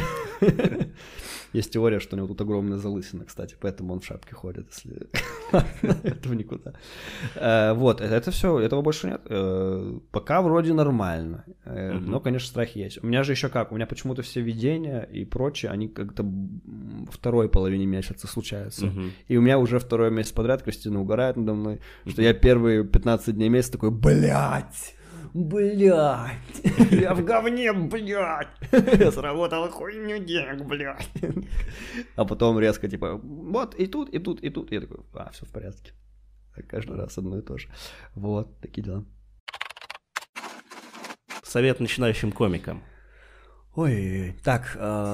[SPEAKER 2] Есть теория, что у него тут огромная залысина, кстати, поэтому он в шапке ходит, если... Этого никуда. Вот, это все, этого больше нет. Пока вроде нормально, но, конечно, страхи есть. У меня же еще как, у меня почему-то все видения и прочее, они как-то в второй половине месяца случаются. И у меня уже второй месяц подряд Кристина угорает надо мной, что я первые 15 дней месяца такой, блядь, я в говне, блядь, я сработал хуйню денег, блядь. А потом резко, типа, вот, и тут. Я такой, все в порядке. Каждый раз одно и то же. Вот, такие дела.
[SPEAKER 1] Совет начинающим комикам.
[SPEAKER 2] Ой, так,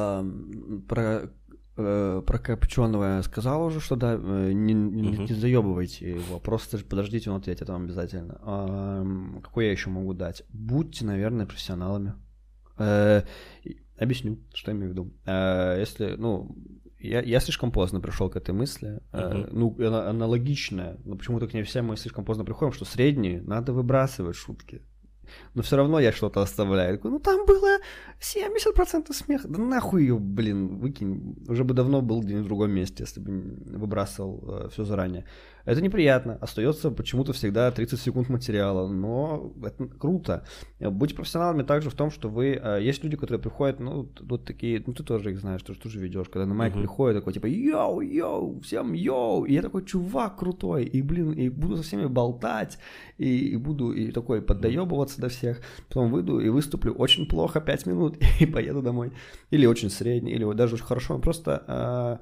[SPEAKER 2] про Копченого я сказал уже, что да, не заебывайте его, просто подождите, он ответит вам обязательно. Какой я еще могу дать? Будьте, наверное, профессионалами. Объясню, что я имею в виду. Если, я слишком поздно пришел к этой мысли, она аналогичная, но почему-то к ней все мы слишком поздно приходим, что средние надо выбрасывать шутки. Но все равно я что-то оставляю. Такой, там было 70% смеха. Да нахуй ее, блин, выкинь. Уже бы давно был где-нибудь в другом месте, если бы выбрасывал все заранее. Это неприятно. Остается почему-то всегда 30 секунд материала. Но это круто. Будьте профессионалами также в том, что вы... Есть люди, которые приходят, вот такие... ты тоже их знаешь, ты же тоже ведешь. Когда на майк приходит, такой типа йоу, всем йоу. И я такой, чувак крутой. И, и буду со всеми болтать. И буду и такой поддаебываться до всех. Потом выйду и выступлю очень плохо 5 минут и поеду домой. Или очень средний, или вот даже очень хорошо. Просто...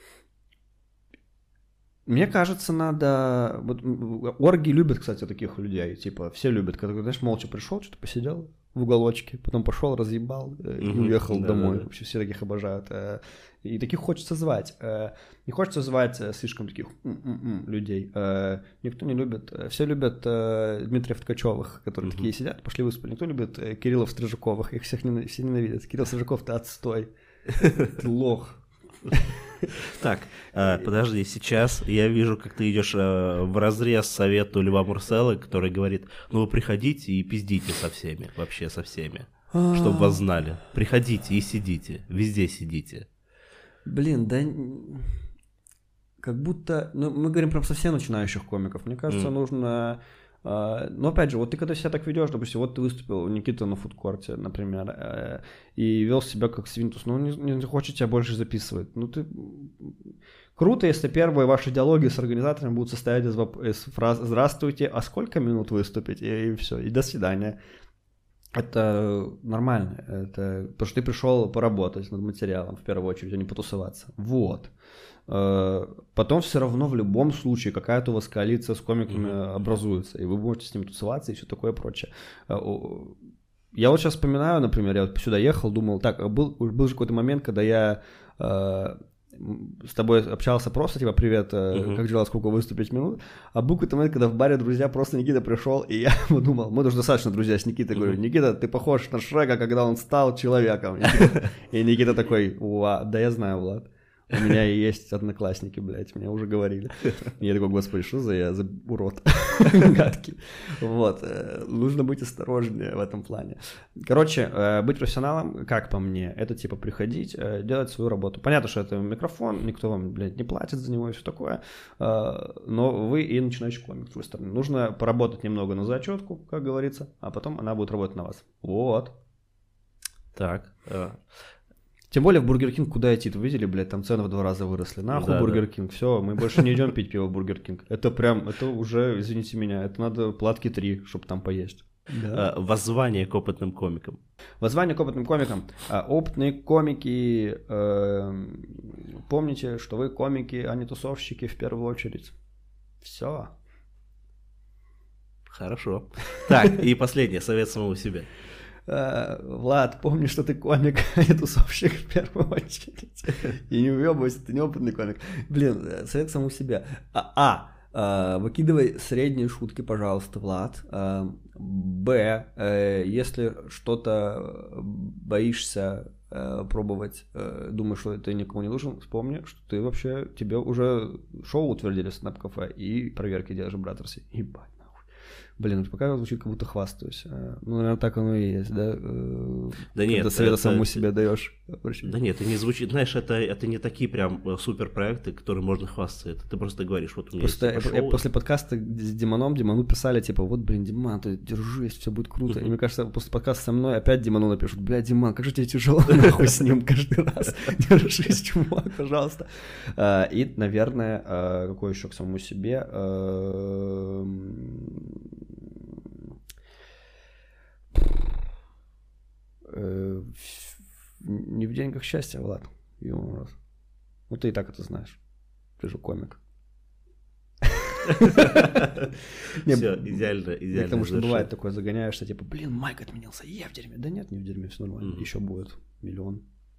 [SPEAKER 2] Мне кажется, надо... Вот, орги любят, кстати, таких людей. Типа, все любят, когда, знаешь, молча пришел, что-то посидел в уголочке, потом пошел, разъебал и уехал домой. Да. Вообще все таких обожают. И таких хочется звать. Не хочется звать слишком таких людей. Никто не любит. Все любят Дмитриев Ткачевых, которые такие сидят, пошли выступить. Никто любит Кириллов Стрижаковых, их все ненавидят. Кирилл Стрижаков, ты отстой. Ты лох.
[SPEAKER 1] Так, подожди, сейчас я вижу, как ты идешь вразрез совету Льва Мурсела, который говорит, вы приходите и пиздите со всеми, вообще со всеми, чтобы вас знали. Приходите и сидите, везде сидите.
[SPEAKER 2] Блин, да... Как будто... мы говорим про совсем начинающих комиков. Мне кажется, нужно Но опять же, вот ты когда себя так ведешь, допустим, вот ты выступил у Никиты на фудкорте, например, и вел себя как свинтус, но он не хочет тебя больше записывать. Ну ты... Круто, если первые ваши диалоги с организаторами будут состоять из фраз «Здравствуйте, а сколько минут выступить?» и все, и до свидания. Это нормально, это потому что ты пришел поработать над материалом в первую очередь, а не потусоваться. Вот. Потом все равно в любом случае какая-то у вас коалиция с комиками образуется, и вы будете с ними тусоваться и все такое прочее. Я вот сейчас вспоминаю, например, я вот сюда ехал, думал, так, был же какой-то момент, когда я с тобой общался просто, типа, привет, как дела, сколько выступить минут, а был какой-то момент, когда в баре друзья, просто Никита пришел, и я думал, мы даже достаточно друзья с Никитой, говорю, Никита, ты похож на Шрека, когда он стал человеком. И Никита такой, да я знаю, Влад. У меня и есть одноклассники, блядь, мне уже говорили. И я такой, господи, что за урод гадкий. Вот, нужно быть осторожнее в этом плане. Короче, быть профессионалом, как по мне, это типа приходить, делать свою работу. Понятно, что это микрофон, никто вам, блядь, не платит за него и все такое, но вы и начинающий комик, с другой стороны. Нужно поработать немного на зачетку, как говорится, а потом она будет работать на вас. Вот.
[SPEAKER 1] Так,
[SPEAKER 2] Тем более в Бургер Кинг куда идти? Вы видели, блядь, там цены в 2 раза выросли. Нахуй Бургер Кинг, все, мы больше не идем пить пиво в Бургер Кинг. Это прям, это уже, извините меня, это надо платки 3, чтобы там поесть.
[SPEAKER 1] Да. Воззвание к опытным комикам.
[SPEAKER 2] Воззвание к опытным комикам. Опытные комики, помните, что вы комики, а не тусовщики в первую очередь. Все.
[SPEAKER 1] Хорошо. Так, и последнее, совет самого себя.
[SPEAKER 2] Влад, помни, что ты комик, а не тусовщик в первую очередь. И не уебывайся, ты неопытный комик. Блин, совет самому себя. Выкидывай средние шутки, пожалуйста, Влад. Б, если что-то боишься пробовать, думаешь, что ты никому не нужен, вспомни, что ты вообще, тебе уже шоу утвердили в стендап-кафе и проверки делаешь в Братерсе. Ебать. Блин, пока звучит, как будто хвастаюсь. Ну, наверное, так оно и есть, да?
[SPEAKER 1] Да нет.
[SPEAKER 2] Когда совета самому себе даешь.
[SPEAKER 1] Да нет, это не звучит. Знаешь, это не такие прям супер проекты, которые можно хвастаться. Это ты просто говоришь, вот у меня
[SPEAKER 2] просто
[SPEAKER 1] есть
[SPEAKER 2] я после подкаста с Диману писали, типа, вот, блин, Диман, ты держись, все будет круто. И мне кажется, после подкаста со мной опять Диману напишут, бля, Диман, как же тебе тяжело нахуй с ним каждый раз. Держись, чувак, пожалуйста. И, наверное, какой еще к самому себе... Не в деньгах счастья, Влад. Ну ты и так это знаешь. Ты же комик.
[SPEAKER 1] Все, идеально.
[SPEAKER 2] Потому что бывает такое, загоняешься, типа, блин, Майк отменился, я в дерьме. Да нет, не в дерьме, все нормально. Еще будет 1 000 000.